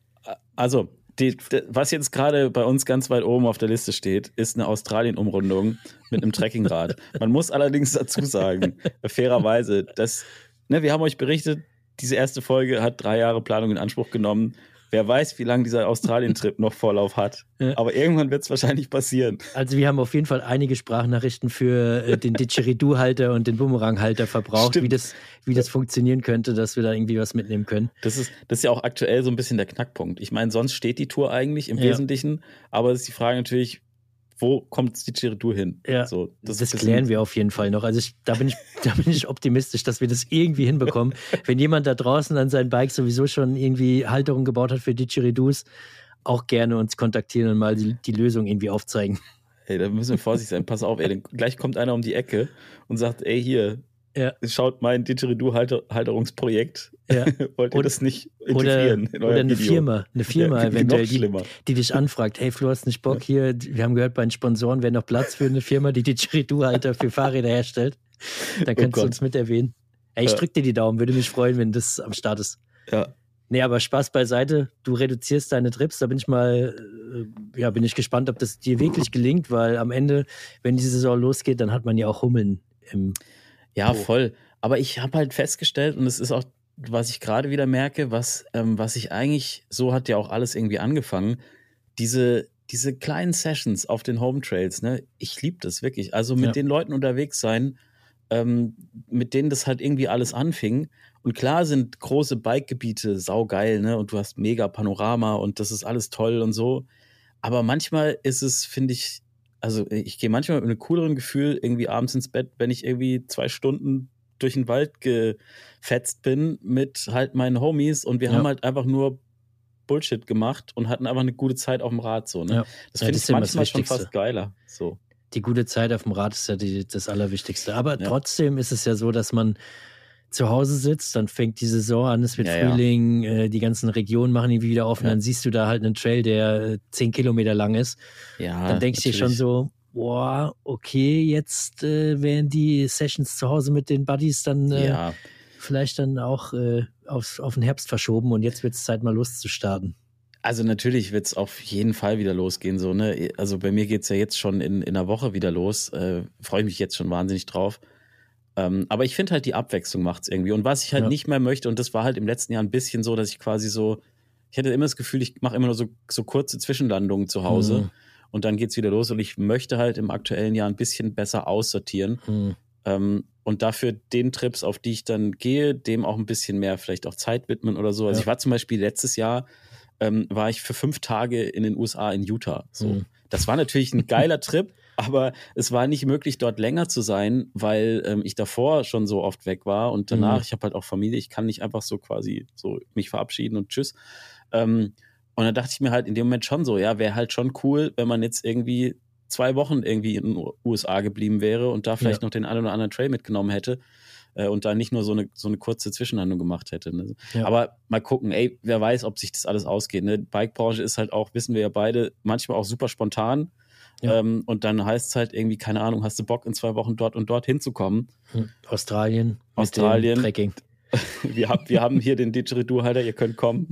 Also, die, die, was jetzt gerade bei uns ganz weit oben auf der Liste steht, ist eine Australien-Umrundung mit einem Trekkingrad. Man muss allerdings dazu sagen, fairerweise, dass, ne, wir haben euch berichtet, diese erste Folge hat drei Jahre Planung in Anspruch genommen. Wer weiß, wie lange dieser Australien-Trip noch Vorlauf hat. Ja. Aber irgendwann wird es wahrscheinlich passieren. Also wir haben auf jeden Fall einige Sprachnachrichten für äh, den Didgeridoo-Halter und den Bumerang-Halter verbraucht, wie das, wie das funktionieren könnte, dass wir da irgendwie was mitnehmen können. Das ist, das ist ja auch aktuell so ein bisschen der Knackpunkt. Ich meine, sonst steht die Tour eigentlich im ja. Wesentlichen, aber es ist die Frage natürlich, wo kommt das Didgeridoo hin? Ja, so, das, das klären wir auf jeden Fall noch. Also ich, da, bin ich, da bin ich optimistisch, dass wir das irgendwie hinbekommen. Wenn jemand da draußen an seinem Bike sowieso schon irgendwie Halterung gebaut hat für Didgeridoos, auch gerne uns kontaktieren und mal die, die Lösung irgendwie aufzeigen. Ey, da müssen wir vorsichtig sein. Pass auf, ey, denn gleich kommt einer um die Ecke und sagt, ey, hier, ja. schaut mein Didgeridoo-Halterungsprojekt. Ja. Wollt ihr oder, das nicht integrieren oder, in euer Oder eine Video? Firma, eine Firma ja, eventuell, die, die dich anfragt, hey Flo, hast nicht Bock hier, wir haben gehört, bei den Sponsoren wäre noch Platz für eine Firma, die Didgeridoo-Halter für Fahrräder herstellt. Dann kannst oh du uns mit erwähnen. Ey, ich ja. drück dir die Daumen, würde mich freuen, wenn das am Start ist. Ja. Nee, aber Spaß beiseite, du reduzierst deine Trips, da bin ich mal, ja, bin ich gespannt, ob das dir wirklich gelingt, weil am Ende, wenn die Saison losgeht, dann hat man ja auch Hummeln im Ja, oh. voll. Aber ich habe halt festgestellt, und es ist auch, was ich gerade wieder merke, was, ähm, was ich eigentlich, so hat ja auch alles irgendwie angefangen, diese, diese kleinen Sessions auf den Home Trails, ne, ich liebe das wirklich. Also mit ja. den Leuten unterwegs sein, ähm, mit denen das halt irgendwie alles anfing. Und klar sind große Bikegebiete saugeil, ne, und du hast mega Panorama und das ist alles toll und so. Aber manchmal ist es, finde ich, also ich gehe manchmal mit einem cooleren Gefühl irgendwie abends ins Bett, wenn ich irgendwie zwei Stunden durch den Wald gefetzt bin mit halt meinen Homies und wir ja. haben halt einfach nur Bullshit gemacht und hatten einfach eine gute Zeit auf dem Rad. So, ne? Ja. Das ja, finde ich manchmal schon fast geiler. So. Die gute Zeit auf dem Rad ist ja die, das Allerwichtigste. Aber ja. trotzdem ist es ja so, dass man zu Hause sitzt, dann fängt die Saison an, es wird ja, Frühling, ja. Äh, die ganzen Regionen machen ihn wieder offen, ja. dann siehst du da halt einen Trail, der äh, zehn Kilometer lang ist. Ja, dann denkst du dir schon so, boah, okay, jetzt äh, werden die Sessions zu Hause mit den Buddies dann äh, ja. vielleicht dann auch äh, auf, auf den Herbst verschoben und jetzt wird es Zeit, mal loszustarten. Also natürlich wird es auf jeden Fall wieder losgehen. So, ne? Also bei mir geht es ja jetzt schon in, in einer Woche wieder los. Äh, freue ich mich jetzt schon wahnsinnig drauf. Ähm, aber ich finde halt, die Abwechslung macht es irgendwie. Und was ich halt ja. nicht mehr möchte, und das war halt im letzten Jahr ein bisschen so, dass ich quasi so, ich hatte immer das Gefühl, ich mache immer nur so, so kurze Zwischenlandungen zu Hause mhm. und dann geht's wieder los. Und ich möchte halt im aktuellen Jahr ein bisschen besser aussortieren. Mhm. Ähm, und dafür den Trips, auf die ich dann gehe, dem auch ein bisschen mehr vielleicht auch Zeit widmen oder so. Also ja. ich war zum Beispiel letztes Jahr, ähm, war ich für fünf Tage in den U S A in Utah. So. Mhm. Das war natürlich ein geiler Trip. Aber es war nicht möglich, dort länger zu sein, weil ähm, ich davor schon so oft weg war und danach, mhm. ich habe halt auch Familie, ich kann nicht einfach so quasi so mich verabschieden und tschüss. Ähm, und dann dachte ich mir halt in dem Moment schon so, ja, wäre halt schon cool, wenn man jetzt irgendwie zwei Wochen irgendwie in den U S A geblieben wäre und da vielleicht ja. noch den einen oder anderen Trail mitgenommen hätte äh, und da nicht nur so eine, so eine kurze Zwischenlandung gemacht hätte. Ne? Ja. Aber mal gucken, ey, wer weiß, ob sich das alles ausgeht. Ne? Bike-Branche ist halt auch, wissen wir ja beide, manchmal auch super spontan. Ja. Ähm, und dann heißt es halt irgendwie, keine Ahnung, hast du Bock in zwei Wochen dort und dort hinzukommen? Hm. Australien. Australien. Trekking. wir, hab, wir haben hier den Didgeridoo-Halter, ihr könnt kommen.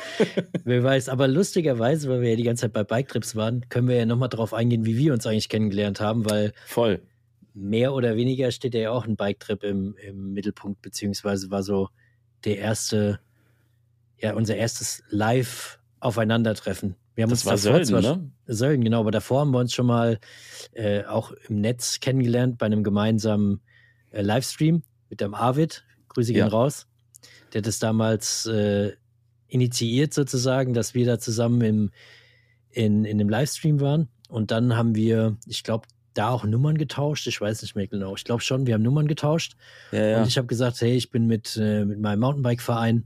Wer weiß, aber lustigerweise, weil wir ja die ganze Zeit bei Bike-Trips waren, können wir ja nochmal drauf eingehen, wie wir uns eigentlich kennengelernt haben, weil voll. Mehr oder weniger steht ja auch ein Bike-Trip im, im Mittelpunkt, beziehungsweise war so der erste, ja, unser erstes Live-Aufeinandertreffen. Wir haben das uns war davor Sölden, zwar, ne? Sölden, genau, aber davor haben wir uns schon mal äh, auch im Netz kennengelernt bei einem gemeinsamen äh, Livestream mit dem Arvid. Grüße gehen ja. raus. Der hat das damals äh, initiiert sozusagen, dass wir da zusammen im, in, in einem Livestream waren. Und dann haben wir, ich glaube, da auch Nummern getauscht. Ich weiß nicht mehr genau. Ich glaube schon, wir haben Nummern getauscht. Ja, ja. Und ich habe gesagt, hey, ich bin mit, äh, mit meinem Mountainbike-Verein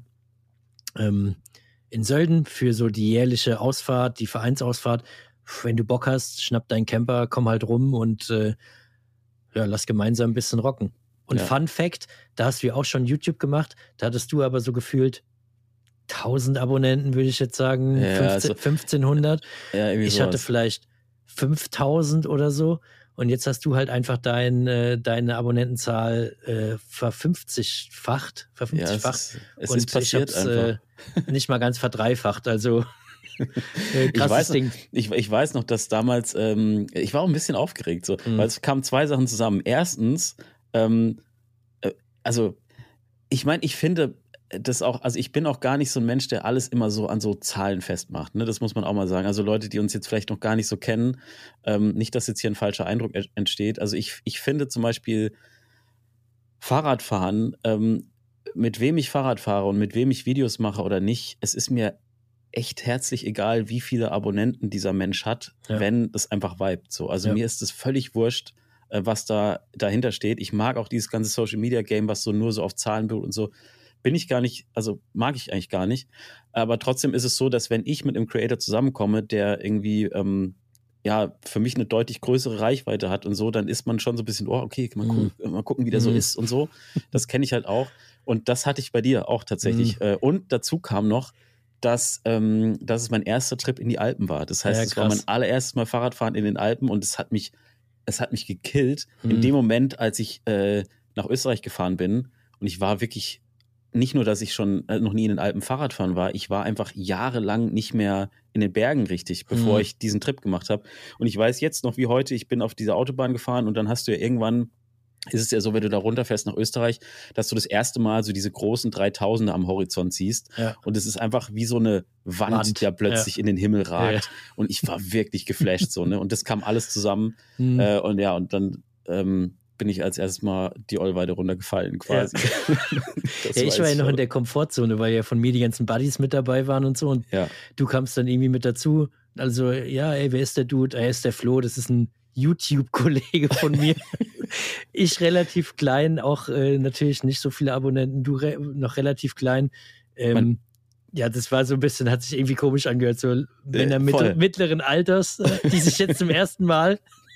ähm, in Sölden für so die jährliche Ausfahrt, die Vereinsausfahrt. Wenn du Bock hast, schnapp deinen Camper, komm halt rum und äh, ja, lass gemeinsam ein bisschen rocken. Und ja. Fun Fact, da hast du ja auch schon YouTube gemacht, da hattest du aber so gefühlt tausend Abonnenten, würde ich jetzt sagen, ja, fünfzehn, also, fünfzehnhundert. Ja, ich sowas. hatte vielleicht fünftausend oder so Und jetzt hast du halt einfach dein, äh, deine Abonnentenzahl äh, verfünfzigfacht. verfünfzigfacht. Ja, es ist, es und ist passiert ich hab's äh, nicht mal ganz verdreifacht. Also äh, ich, weiß noch, ich, ich weiß noch, dass damals, ähm, ich war auch ein bisschen aufgeregt, so, mhm. weil es kamen zwei Sachen zusammen. Erstens, ähm, äh, also ich meine, ich finde das auch, also ich bin auch gar nicht so ein Mensch, der alles immer so an so Zahlen festmacht, ne? Das muss man auch mal sagen. Also Leute, die uns jetzt vielleicht noch gar nicht so kennen, ähm, nicht, dass jetzt hier ein falscher Eindruck entsteht. Also ich, ich finde zum Beispiel Fahrradfahren, ähm, mit wem ich Fahrrad fahre und mit wem ich Videos mache oder nicht, es ist mir echt herzlich egal, wie viele Abonnenten dieser Mensch hat, ja. wenn das einfach vibet so. Also ja. mir ist es völlig wurscht, was da dahinter steht. Ich mag auch dieses ganze Social-Media-Game, was so nur so auf Zahlen beruht und so. Bin ich gar nicht, also mag ich eigentlich gar nicht. Aber trotzdem ist es so, dass wenn ich mit einem Creator zusammenkomme, der irgendwie, ähm, ja, für mich eine deutlich größere Reichweite hat und so, dann ist man schon so ein bisschen, oh, okay, mal gucken, mm. mal gucken wie der mm. so ist und so. Das kenne ich halt auch. Und das hatte ich bei dir auch tatsächlich. Mm. Und dazu kam noch, dass, ähm, dass es mein erster Trip in die Alpen war. Das heißt, ja, es war mein allererstes Mal Fahrradfahren in den Alpen und es hat mich, es hat mich gekillt mm. in dem Moment, als ich äh, nach Österreich gefahren bin. Und ich war wirklich nicht nur, dass ich schon äh, noch nie in den Alpen Fahrradfahren war, ich war einfach jahrelang nicht mehr in den Bergen richtig, bevor mhm. ich diesen Trip gemacht habe. Und ich weiß jetzt noch wie heute, ich bin auf dieser Autobahn gefahren und dann hast du ja irgendwann, ist es ja so, wenn du da runterfährst nach Österreich, dass du das erste Mal so diese großen dreitausender am Horizont siehst. Ja. Und es ist einfach wie so eine Wand, Wand. die ja plötzlich ja. in den Himmel ragt. Ja. Und ich war wirklich geflasht so, ne? Und das kam alles zusammen. Mhm. Äh, und ja, und dann ähm, bin ich als erstes Mal die Ollweide runtergefallen quasi. Ja, ja ich war ja noch in der Komfortzone, weil ja von mir die ganzen Buddies mit dabei waren und so und ja. du kamst dann irgendwie mit dazu. Also ja, ey, wer ist der Dude? Er ist der Flo, das ist ein YouTube-Kollege von mir. Ich relativ klein, auch äh, natürlich nicht so viele Abonnenten, du re- noch relativ klein. Ähm, ja, das war so ein bisschen, hat sich irgendwie komisch angehört, so Männer äh, mit, mittleren Alters, äh, die sich jetzt zum ersten Mal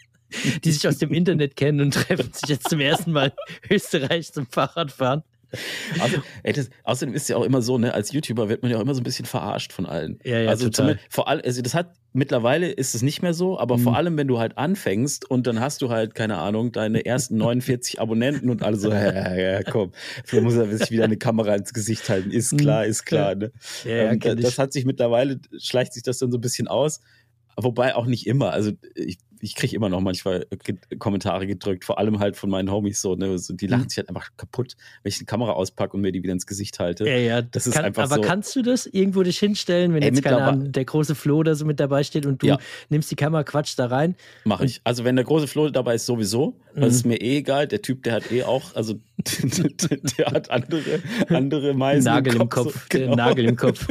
die sich aus dem Internet kennen und treffen sich jetzt zum ersten Mal in Österreich zum Fahrradfahren. Also, ey, das, außerdem ist es ja auch immer so, ne, als YouTuber wird man ja auch immer so ein bisschen verarscht von allen. Ja, ja, also total. Vor allem, also das hat, mittlerweile ist es nicht mehr so, aber mhm. vor allem, wenn du halt anfängst und dann hast du halt, keine Ahnung, deine ersten neunundvierzig Abonnenten und alle so, ja, ja, komm, vielleicht muss er sich wieder eine Kamera ins Gesicht halten. Ist klar, ist klar, ne? Ja, ja, ähm, das ich. hat sich mittlerweile, schleicht sich das dann so ein bisschen aus. Wobei auch nicht immer, also ich, ich kriege immer noch manchmal Ge- Kommentare gedrückt, vor allem halt von meinen Homies so, ne, so die lachen mhm. sich halt einfach kaputt, wenn ich eine Kamera auspacke und mir die wieder ins Gesicht halte. Ja, ja, das ist kann, einfach aber so. Aber kannst du das irgendwo dich hinstellen, wenn Ey, jetzt, keine Ahnung, der große Flo oder so mit dabei steht und du ja. nimmst die Kamera, quatschst da rein? Mach ich. Also wenn der große Flo dabei ist, sowieso, mhm. das ist mir eh egal, der Typ, der hat eh auch, also der hat andere, andere Meisen Nagel im Kopf. Im Kopf so, genau. Nagel im Kopf.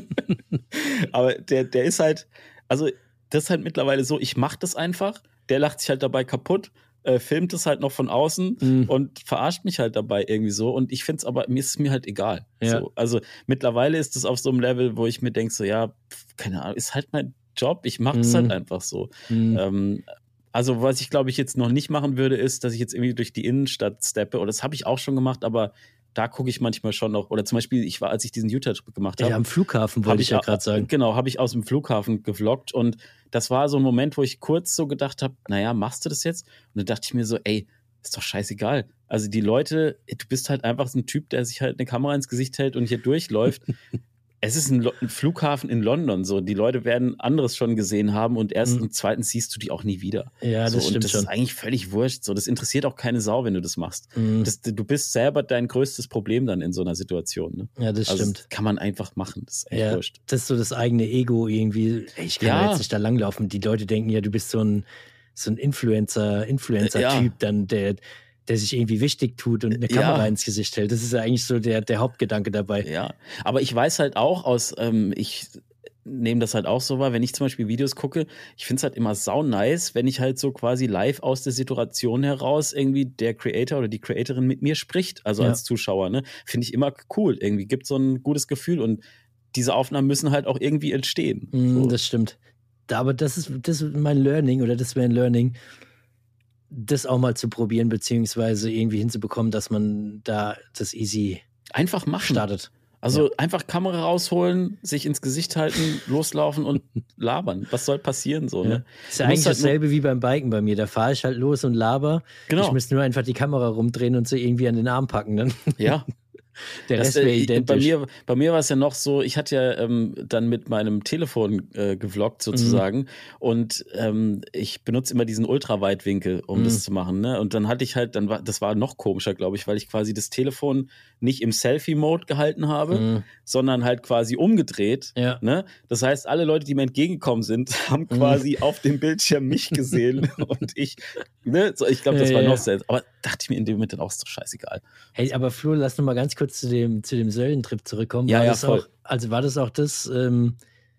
Aber der, der ist halt, also das ist halt mittlerweile so, ich mach das einfach, der lacht sich halt dabei kaputt, äh, filmt es halt noch von außen mm. und verarscht mich halt dabei irgendwie so und ich find's aber, mir ist es mir halt egal. Ja. So, also mittlerweile ist es auf so einem Level, wo ich mir denke so, ja, keine Ahnung, ist halt mein Job, ich mach das mm. halt einfach so. Mm. Ähm, also was ich glaube ich jetzt noch nicht machen würde, ist, dass ich jetzt irgendwie durch die Innenstadt steppe, oder das habe ich auch schon gemacht, aber da gucke ich manchmal schon noch, oder zum Beispiel, ich war, als ich diesen Utah-Trip gemacht habe. Ja, am Flughafen wollte ich ja gerade sagen. Genau, habe ich aus dem Flughafen gevloggt und das war so ein Moment, wo ich kurz so gedacht habe, naja, machst du das jetzt? Und dann dachte ich mir so, ey, ist doch scheißegal. Also die Leute, du bist halt einfach so ein Typ, der sich halt eine Kamera ins Gesicht hält und hier durchläuft. Es ist ein, Lo- ein Flughafen in London, so. Die Leute werden anderes schon gesehen haben und erst mhm. und zweitens siehst du die auch nie wieder. Ja, das so, stimmt und das schon. ist eigentlich völlig wurscht. So, das interessiert auch keine Sau, wenn du das machst. Mhm. Das, du bist selber dein größtes Problem dann in so einer Situation. Ne? Ja, das also, stimmt. Das kann man einfach machen. Das ist echt ja, wurscht. Das ist so das eigene Ego irgendwie. Ey, ich kann ja. jetzt nicht da langlaufen. Die Leute denken ja, du bist so ein, so ein Influencer, Influencer-Typ, ja. dann der der sich irgendwie wichtig tut und eine Kamera ja. ins Gesicht hält. Das ist ja eigentlich so der, der Hauptgedanke dabei. Ja, aber ich weiß halt auch aus, ähm, ich nehme das halt auch so wahr, wenn ich zum Beispiel Videos gucke, ich finde es halt immer sau nice, wenn ich halt so quasi live aus der Situation heraus irgendwie der Creator oder die Creatorin mit mir spricht, also ja. als Zuschauer, ne? Finde ich immer cool. Irgendwie gibt so ein gutes Gefühl und diese Aufnahmen müssen halt auch irgendwie entstehen. Mm, so. Das stimmt. Aber das ist, das ist mein Learning oder das wäre ein Learning, das auch mal zu probieren, beziehungsweise irgendwie hinzubekommen, dass man da das easy einfach machen startet. Also Ja. einfach Kamera rausholen, sich ins Gesicht halten, loslaufen und labern. Was soll passieren so, Ja. ne? Ist ja Du eigentlich musst halt nur- dasselbe wie beim Biken bei mir. Da fahre ich halt los und laber. Genau. Ich müsste nur einfach die Kamera rumdrehen und sie irgendwie an den Arm packen. Dann. Ja. Der Das, Rest wäre äh, identisch. Bei mir, bei mir war es ja noch so, ich hatte ja ähm, dann mit meinem Telefon äh, gevloggt sozusagen Mhm. und ähm, ich benutze immer diesen Ultraweitwinkel, um Mhm. das zu machen. Ne? Und dann hatte ich halt, dann war, das war noch komischer, glaube ich, weil ich quasi das Telefon nicht im Selfie-Mode gehalten habe, Mhm. sondern halt quasi umgedreht. Ja. Ne? Das heißt, alle Leute, die mir entgegengekommen sind, haben quasi auf dem Bildschirm mich gesehen und ich, ne? So, ich glaube, das Ja, war ja. noch selbst. Aber dachte ich mir in dem Moment dann auch, ist doch scheißegal. Hey, aber Flo, lass noch mal ganz kurz zu dem, zu dem Sölden-Trip zurückkommen. Ja, war ja, das voll. auch, also war das auch das, ähm,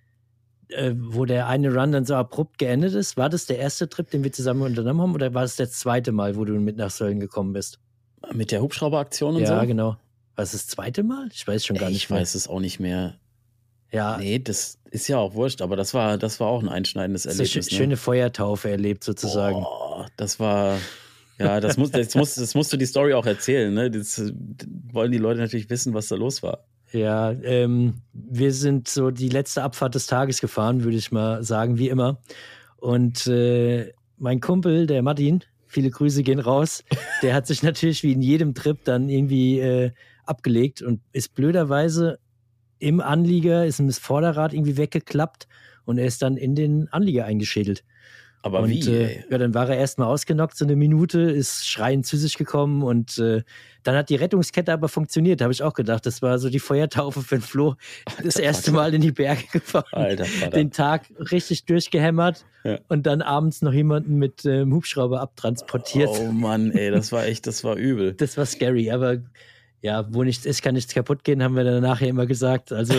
äh, wo der eine Run dann so abrupt geendet ist? War das der erste Trip, den wir zusammen unternommen haben, oder war das der zweite Mal, wo du mit nach Sölden gekommen bist? Mit der Hubschrauberaktion und Ja, so? genau. War es das zweite Mal? Ich weiß schon gar Ey, nicht ich mehr. weiß es auch nicht mehr. Ja, Nee, das ist ja auch wurscht, aber das war, das war auch ein einschneidendes so sch Erlebnis. Ne? schöne Feuertaufe erlebt sozusagen. Oh, das war, ja, das muss, das muss, das musst du die Story auch erzählen. Ne? Das äh, wollen die Leute natürlich wissen, was da los war. Ja, ähm, wir sind so die letzte Abfahrt des Tages gefahren, würde ich mal sagen, wie immer. Und äh, mein Kumpel, der Martin, viele Grüße gehen raus, der hat sich natürlich wie in jedem Trip dann irgendwie äh, abgelegt und ist blöderweise im Anlieger, ist ihm das Vorderrad irgendwie weggeklappt und er ist dann in den Anlieger eingeschädelt. Aber und, wie? Äh, Ey? ja, dann war er erstmal ausgenockt, so eine Minute, ist schreiend zu sich gekommen und äh, dann hat die Rettungskette aber funktioniert, habe ich auch gedacht. Das war so die Feuertaufe für den Flo. Das erste Vater. Mal in die Berge gefahren, Alter Vater. den Tag richtig durchgehämmert Ja. und dann abends noch jemanden mit ähm, Hubschrauber abtransportiert. Oh Mann, ey, das war echt, das war übel. Das war scary, aber ja, wo nichts ist, kann nichts kaputt gehen, haben wir dann nachher immer gesagt. Also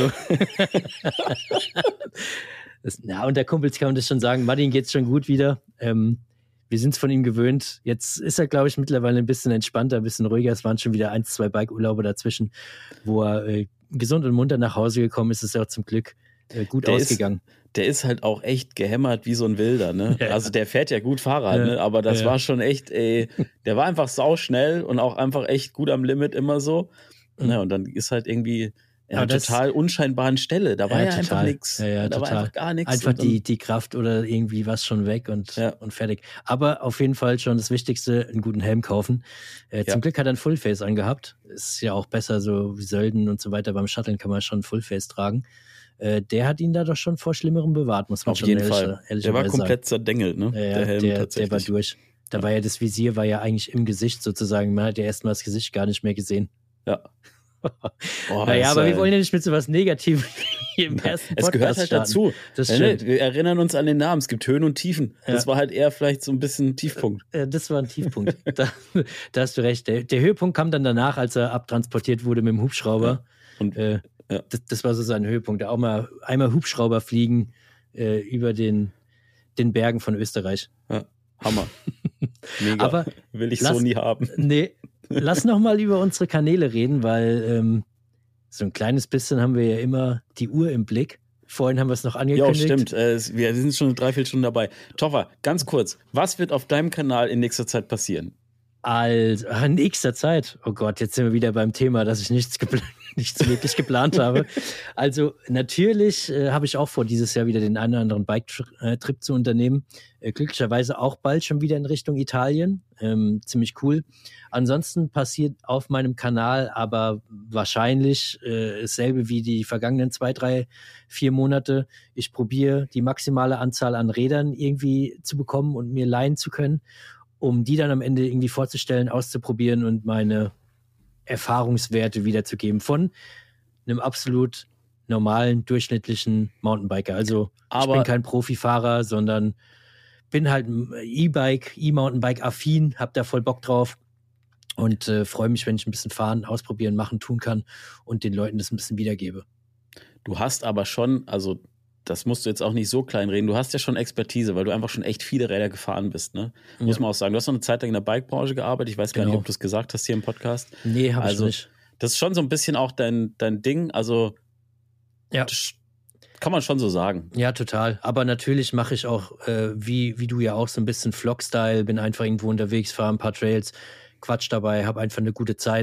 das, na, und der Kumpels kann man das schon sagen, Martin geht's schon gut wieder. Ähm, wir sind es von ihm gewöhnt. Jetzt ist er, glaube ich, mittlerweile ein bisschen entspannter, ein bisschen ruhiger. Es waren schon wieder ein, zwei Bike-Urlaube dazwischen, wo er äh, gesund und munter nach Hause gekommen ist. Ist ja auch zum Glück äh, gut Der ist- ausgegangen. Der ist halt auch echt gehämmert wie so ein Wilder, ne? Ja. Also der fährt ja gut Fahrrad, Ja. ne? Aber das Ja. war schon echt, ey, der war einfach sauschnell und auch einfach echt gut am Limit immer so. Mhm. Ne? Und dann ist halt irgendwie in Aber einer das- total unscheinbaren Stelle. Da war ja, Ja, einfach total. nichts. Ja, ja, da war total. einfach gar nichts. Einfach Und dann- die, die Kraft oder irgendwie was schon weg und, Ja. und fertig. Aber auf jeden Fall schon das Wichtigste, einen guten Helm kaufen. Äh, Ja. Zum Glück hat er ein Fullface angehabt. Ist ja auch besser, so wie Sölden und so weiter. Beim Shutteln kann man schon ein Fullface tragen. Äh, der hat ihn da doch schon vor Schlimmerem bewahrt, muss man Auf schon jeden ehrlich, Fall. Der ehrlicherweise war sagen. komplett zerdengelt, ne? Ja, ja, der der, Helm der, tatsächlich. war durch. Da war ja das Visier, war ja eigentlich im Gesicht sozusagen. Man hat ja erstmal das Gesicht gar nicht mehr gesehen. Ja. Oh, naja, das aber war- wir wollen ja nicht mit so was Negativem hier im ersten Es Podcast gehört halt starten. dazu. Das Ja, ne? stimmt. Wir erinnern uns an den Namen. Es gibt Höhen und Tiefen. Das Ja. war halt eher vielleicht so ein bisschen Tiefpunkt. Äh, Das war ein Tiefpunkt. da, da hast du recht. Der, der Höhepunkt kam dann danach, als er abtransportiert wurde mit dem Hubschrauber. Und Äh, ja. das, das war so sein Höhepunkt. Auch mal einmal Hubschrauber fliegen äh, über den, den Bergen von Österreich. Hammer. Mega. Aber Will ich lass- so nie haben. Nee, lass noch mal über unsere Kanäle reden, weil ähm, so ein kleines bisschen haben wir ja immer die Uhr im Blick. Vorhin haben wir es noch Ja, angekündigt. stimmt. Äh, es- wir sind schon eine Dreiviertelstunde dabei. Toffer, ganz kurz. Was wird auf deinem Kanal in nächster Zeit passieren? Also, ach, in nächster Zeit. Oh Gott, jetzt sind wir wieder beim Thema, dass ich nichts, gepl nichts wirklich geplant habe. Also, natürlich äh, habe ich auch vor, dieses Jahr wieder den einen oder anderen Bike-Trip zu unternehmen. Äh, glücklicherweise auch bald schon wieder in Richtung Italien. Ähm, ziemlich cool. Ansonsten passiert auf meinem Kanal aber wahrscheinlich äh, dasselbe wie die vergangenen zwei, drei, vier Monate. Ich probiere die maximale Anzahl an Rädern irgendwie zu bekommen und mir leihen zu können, um die dann am Ende irgendwie vorzustellen, auszuprobieren und meine Erfahrungswerte wiederzugeben von einem absolut normalen, durchschnittlichen Mountainbiker. Also Aber- ich bin kein Profifahrer, sondern bin halt E-Bike, E-Mountainbike-affin, hab da voll Bock drauf und äh, freue mich, wenn ich ein bisschen fahren, ausprobieren, machen, tun kann und den Leuten das ein bisschen wiedergebe. Du hast aber schon, also das musst du jetzt auch nicht so klein reden, du hast ja schon Expertise, weil du einfach schon echt viele Räder gefahren bist, ne? Muss Ja. man auch sagen. Du hast noch eine Zeit lang in der Bike-Branche gearbeitet. Ich weiß gar nicht, Genau. ob du es gesagt hast hier im Podcast. Nee, habe Also, ich nicht. Das ist schon so ein bisschen auch dein, dein Ding. Also, Ja. das kann man schon so sagen. Ja, total. Aber natürlich mache ich auch, äh, wie, wie du ja auch, so ein bisschen Vlog-Style, bin einfach irgendwo unterwegs, fahre ein paar Trails, quatsch dabei, habe einfach eine gute Zeit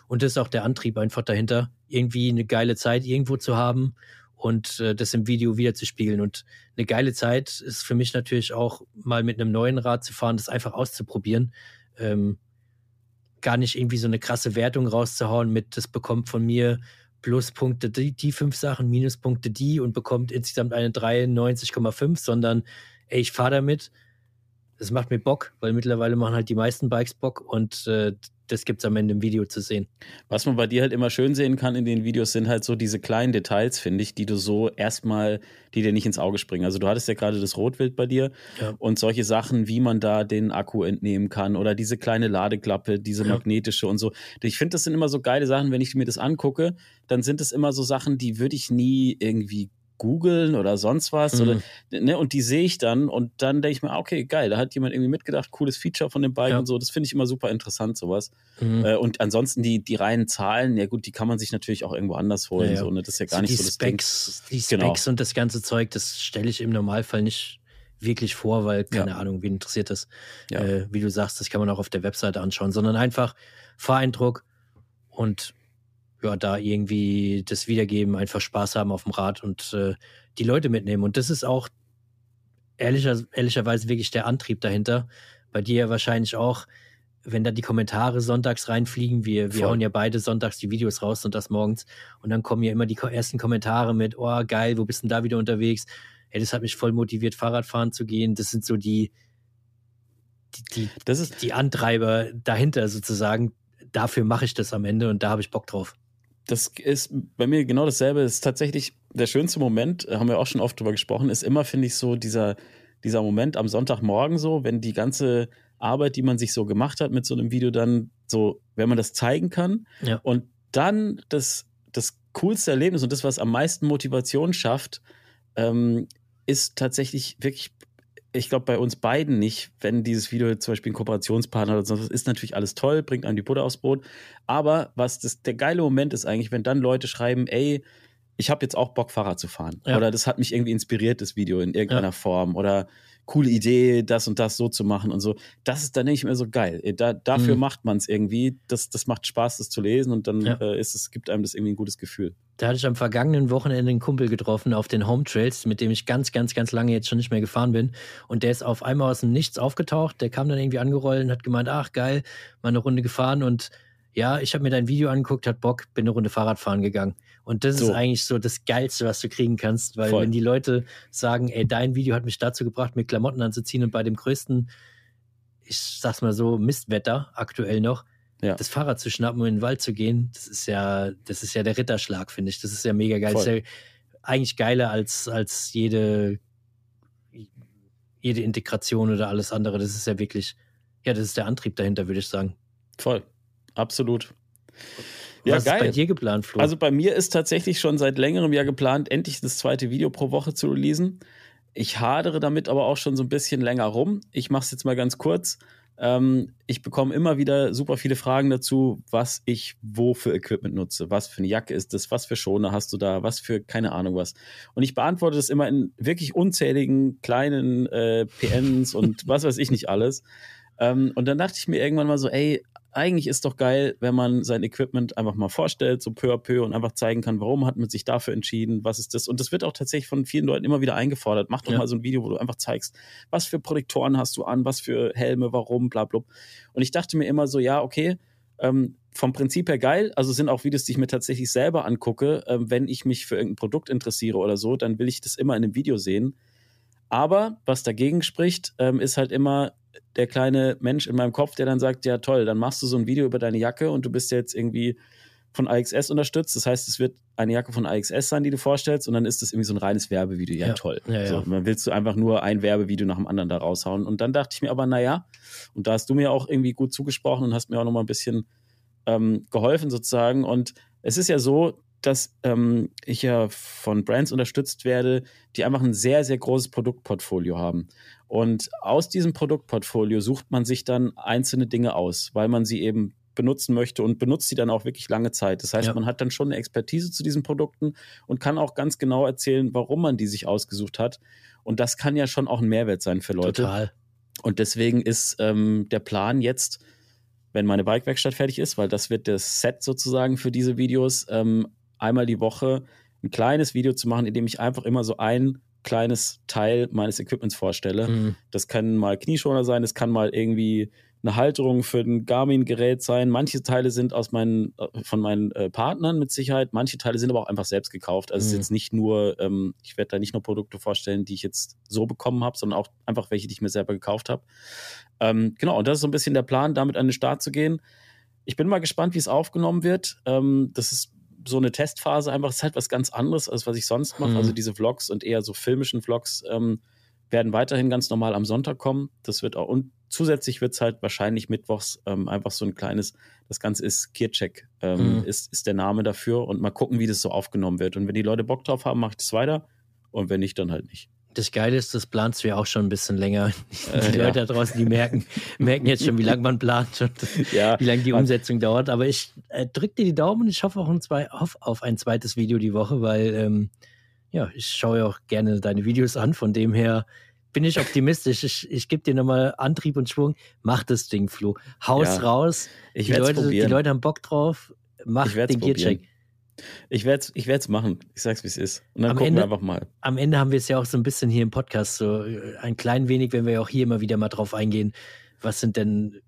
Und das ist auch der Antrieb einfach dahinter, irgendwie eine geile Zeit irgendwo zu haben und äh, das im Video wiederzuspiegeln. Und eine geile Zeit ist für mich natürlich auch, mal mit einem neuen Rad zu fahren, das einfach auszuprobieren. Ähm, gar nicht irgendwie so eine krasse Wertung rauszuhauen mit, das bekommt von mir Pluspunkte die, die fünf Sachen, Minuspunkte die und bekommt insgesamt eine dreiundneunzig Komma fünf, sondern ey, ich fahre damit, das macht mir Bock, weil mittlerweile machen halt die meisten Bikes Bock und äh, das gibt's am Ende im Video zu sehen. Was man bei dir halt immer schön sehen kann in den Videos, sind halt so diese kleinen Details, finde ich, die du so erstmal, die dir nicht ins Auge springen. Also du hattest ja gerade das Rotwild bei dir Ja. und solche Sachen, wie man da den Akku entnehmen kann oder diese kleine Ladeklappe, diese Ja. magnetische und so. Ich finde, das sind immer so geile Sachen, wenn ich mir das angucke, dann sind es immer so Sachen, die würde ich nie irgendwie googeln oder sonst was. Mhm. Oder, ne, und die sehe ich dann und dann denke ich mir, okay, geil, da hat jemand irgendwie mitgedacht, cooles Feature von dem Bike Ja. und so. Das finde ich immer super interessant, sowas. Mhm. Äh, und ansonsten die, die reinen Zahlen, ja gut, die kann man sich natürlich auch irgendwo anders holen. Ja, ja. So, ne? Das ist ja gar so nicht die so das Specs, Ding. die Genau. Specs und das ganze Zeug, das stelle ich im Normalfall nicht wirklich vor, weil, keine Ja. Ahnung, wen interessiert das? Ja. Äh, wie du sagst, das kann man auch auf der Webseite anschauen, sondern einfach Fahreindruck und ja, da irgendwie das wiedergeben, einfach Spaß haben auf dem Rad und äh, die Leute mitnehmen. Und das ist auch ehrlicher, ehrlicherweise wirklich der Antrieb dahinter. Bei dir ja wahrscheinlich auch, wenn da die Kommentare sonntags reinfliegen, wir, wir Voll. hauen ja beide sonntags die Videos raus und das morgens und dann kommen ja immer die ko- ersten Kommentare mit, oh geil, wo bist denn da wieder unterwegs? Ey, das hat mich voll motiviert, Fahrradfahren zu gehen. Das sind so die, die, die, Das ist, die Antreiber dahinter sozusagen. Dafür mache ich das am Ende und da habe ich Bock drauf. das ist bei mir genau dasselbe. Das ist tatsächlich der schönste Moment, haben wir auch schon oft drüber gesprochen, ist immer, finde ich, so dieser, dieser Moment am Sonntagmorgen so, wenn die ganze Arbeit, die man sich so gemacht hat mit so einem Video dann so, wenn man das zeigen kann Ja. und dann das, das coolste Erlebnis und das, was am meisten Motivation schafft, ähm, ist tatsächlich wirklich, ich glaube, bei uns beiden nicht, wenn dieses Video zum Beispiel ein Kooperationspartner oder sonst was ist, natürlich alles toll, bringt einem die Butter aufs Brot. Aber was das, der geile Moment ist eigentlich, wenn dann Leute schreiben, ey, ich habe jetzt auch Bock, Fahrrad zu fahren. Ja. Oder das hat mich irgendwie inspiriert, das Video in irgendeiner Ja. Form. Oder coole Idee, das und das so zu machen und so. Das ist dann nicht mehr so geil. Da, dafür Mhm. macht man es irgendwie. Das, das macht Spaß, das zu lesen und dann Ja. äh, ist es, gibt einem das irgendwie ein gutes Gefühl. Da hatte ich am vergangenen Wochenende einen Kumpel getroffen auf den Home Trails, mit dem ich ganz, ganz, ganz lange jetzt schon nicht mehr gefahren bin. Und der ist auf einmal aus dem Nichts aufgetaucht. Der kam dann irgendwie angerollt und hat gemeint, ach geil, mal eine Runde gefahren. Und ja, ich habe mir dein Video angeguckt, hat Bock, bin eine Runde Fahrrad fahren gegangen. Und das So. ist eigentlich so das Geilste, was du kriegen kannst. Weil Voll. wenn die Leute sagen, ey, dein Video hat mich dazu gebracht, mir Klamotten anzuziehen und bei dem größten, ich sag's mal so, Mistwetter aktuell noch, Ja. das Fahrrad zu schnappen und in den Wald zu gehen, das ist ja, das ist ja der Ritterschlag, finde ich. Das ist ja mega geil. Voll. Das ist ja eigentlich geiler als, als jede, jede Integration oder alles andere. Das ist ja wirklich, ja, das ist der Antrieb dahinter, würde ich sagen. Voll. Absolut. Ja, Was geil. ist bei dir geplant, Flo? Also bei mir ist tatsächlich schon seit längerem ja geplant, endlich das zweite Video pro Woche zu releasen. Ich hadere damit aber auch schon so ein bisschen länger rum. Ich mache es jetzt mal ganz kurz. Ähm, ich bekomme immer wieder super viele Fragen dazu, was ich wo für Equipment nutze. Was für eine Jacke ist das? Was für Schoner hast du da? Was für keine Ahnung was. Und ich beantworte das immer in wirklich unzähligen kleinen äh, P Ns und was weiß ich nicht alles. Ähm, und dann dachte ich mir irgendwann mal so, ey, eigentlich ist doch geil, wenn man sein Equipment einfach mal vorstellt, so peu à peu und einfach zeigen kann, warum hat man sich dafür entschieden, was ist das? Und das wird auch tatsächlich von vielen Leuten immer wieder eingefordert. Mach doch Ja. mal so ein Video, wo du einfach zeigst, was für Protektoren hast du an, was für Helme, warum, bla bla. Und ich dachte mir immer so, ja, okay, ähm, vom Prinzip her geil, also sind auch Videos, die ich mir tatsächlich selber angucke, ähm, wenn ich mich für irgendein Produkt interessiere oder so, dann will ich das immer in einem Video sehen. Aber was dagegen spricht, ähm, ist halt immer der kleine Mensch in meinem Kopf, der dann sagt, ja toll, dann machst du so ein Video über deine Jacke und du bist jetzt irgendwie von A X S unterstützt. Das heißt, es wird eine Jacke von A X S sein, die du vorstellst und dann ist das irgendwie so ein reines Werbevideo. Ja, Ja. toll. Ja, ja. So, dann willst du einfach nur ein Werbevideo nach dem anderen da raushauen. Und dann dachte ich mir aber, naja, und da hast du mir auch irgendwie gut zugesprochen und hast mir auch nochmal ein bisschen ähm, geholfen sozusagen. Und es ist ja so, dass ähm, ich ja von Brands unterstützt werde, die einfach ein sehr, sehr großes Produktportfolio haben. Und aus diesem Produktportfolio sucht man sich dann einzelne Dinge aus, weil man sie eben benutzen möchte und benutzt sie dann auch wirklich lange Zeit. Das heißt, Ja. man hat dann schon eine Expertise zu diesen Produkten und kann auch ganz genau erzählen, warum man die sich ausgesucht hat. Und das kann ja schon auch ein Mehrwert sein für Leute. Total. Und deswegen ist ähm, der Plan jetzt, wenn meine Bike-Werkstatt fertig ist, weil das wird das Set sozusagen für diese Videos, ähm, einmal die Woche ein kleines Video zu machen, in dem ich einfach immer so ein kleines Teil meines Equipments vorstelle. Mhm. Das kann mal Knieschoner sein, das kann mal irgendwie eine Halterung für ein Garmin-Gerät sein. Manche Teile sind aus meinen, von meinen äh, Partnern mit Sicherheit, manche Teile sind aber auch einfach selbst gekauft. Also mhm. es ist jetzt nicht nur, ähm, ich werde da nicht nur Produkte vorstellen, die ich jetzt so bekommen habe, sondern auch einfach welche, die ich mir selber gekauft habe. Ähm, genau, und das ist so ein bisschen der Plan, damit an den Start zu gehen. Ich bin mal gespannt, wie es aufgenommen wird. Ähm, das ist so eine Testphase einfach, das ist halt was ganz anderes, als was ich sonst mache. Mhm. Also diese Vlogs und eher so filmischen Vlogs ähm, werden weiterhin ganz normal am Sonntag kommen. Das wird auch, und zusätzlich wird es halt wahrscheinlich mittwochs ähm, einfach so ein kleines, das Ganze ist Gearcheck, ähm, mhm. ist, ist der Name dafür, und mal gucken, wie das so aufgenommen wird. Und wenn die Leute Bock drauf haben, mache ich das weiter, und wenn nicht, dann halt nicht. Das Geile ist, das planst du ja auch schon ein bisschen länger. Die äh, Leute ja. da draußen, die merken, merken jetzt schon, wie lange man plant und ja. wie lange die Umsetzung dauert. Aber ich äh, drücke dir die Daumen und ich hoffe auch ein zwei, hoff auf ein zweites Video die Woche, weil ähm, ja, ich schaue ja auch gerne deine Videos an. Von dem her bin ich optimistisch. Ich, ich gebe dir nochmal Antrieb und Schwung. Mach das Ding, Flo. Haus ja. raus. Ich die, Leute, die Leute haben Bock drauf. Mach den Gearcheck. Ich werde es ich werd's machen. Ich sag's, wie es ist. Und dann am gucken Ende, wir einfach mal. Am Ende haben wir es ja auch so ein bisschen hier im Podcast, so ein klein wenig, wenn wir ja auch hier immer wieder mal drauf eingehen, was sind denn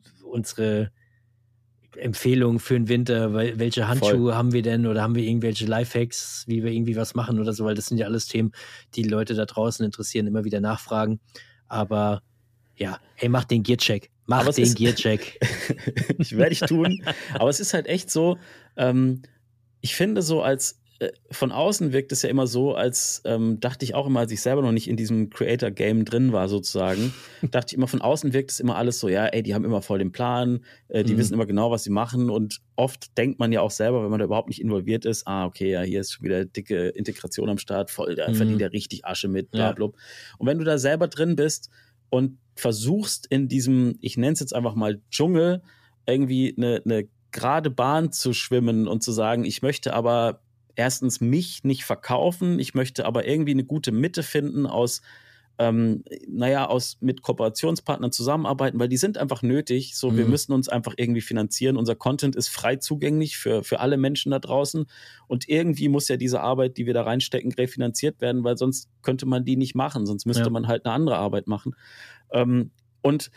unsere Empfehlungen für den Winter, welche Handschuhe Voll. haben wir denn, oder haben wir irgendwelche Lifehacks, wie wir irgendwie was machen oder so, weil das sind ja alles Themen, die die Leute da draußen interessieren, immer wieder nachfragen. Aber ja, hey, mach den Gearcheck. Mach aber den Gearcheck. Ich werde ich tun. Aber es ist halt echt so, ähm, ich finde so als, äh, von außen wirkt es ja immer so, als ähm, dachte ich auch immer, als ich selber noch nicht in diesem Creator-Game drin war sozusagen, dachte ich immer, von außen wirkt es immer alles so, ja, ey, die haben immer voll den Plan, äh, die mhm. wissen immer genau, was sie machen, und oft denkt man ja auch selber, wenn man da überhaupt nicht involviert ist, ah, okay, ja, hier ist schon wieder dicke Integration am Start, voll, da mhm. verdient der richtig Asche mit, bla, bla. Ja. Und wenn du da selber drin bist und versuchst in diesem, ich nenne es jetzt einfach mal Dschungel, irgendwie eine, eine gerade Bahn zu schwimmen und zu sagen, ich möchte aber erstens mich nicht verkaufen, ich möchte aber irgendwie eine gute Mitte finden aus, ähm, naja, aus mit Kooperationspartnern zusammenarbeiten, weil die sind einfach nötig. So, mhm. wir müssen uns einfach irgendwie finanzieren. Unser Content ist frei zugänglich für, für alle Menschen da draußen, und irgendwie muss ja diese Arbeit, die wir da reinstecken, refinanziert werden, weil sonst könnte man die nicht machen, sonst müsste ja. man halt eine andere Arbeit machen. Ähm, und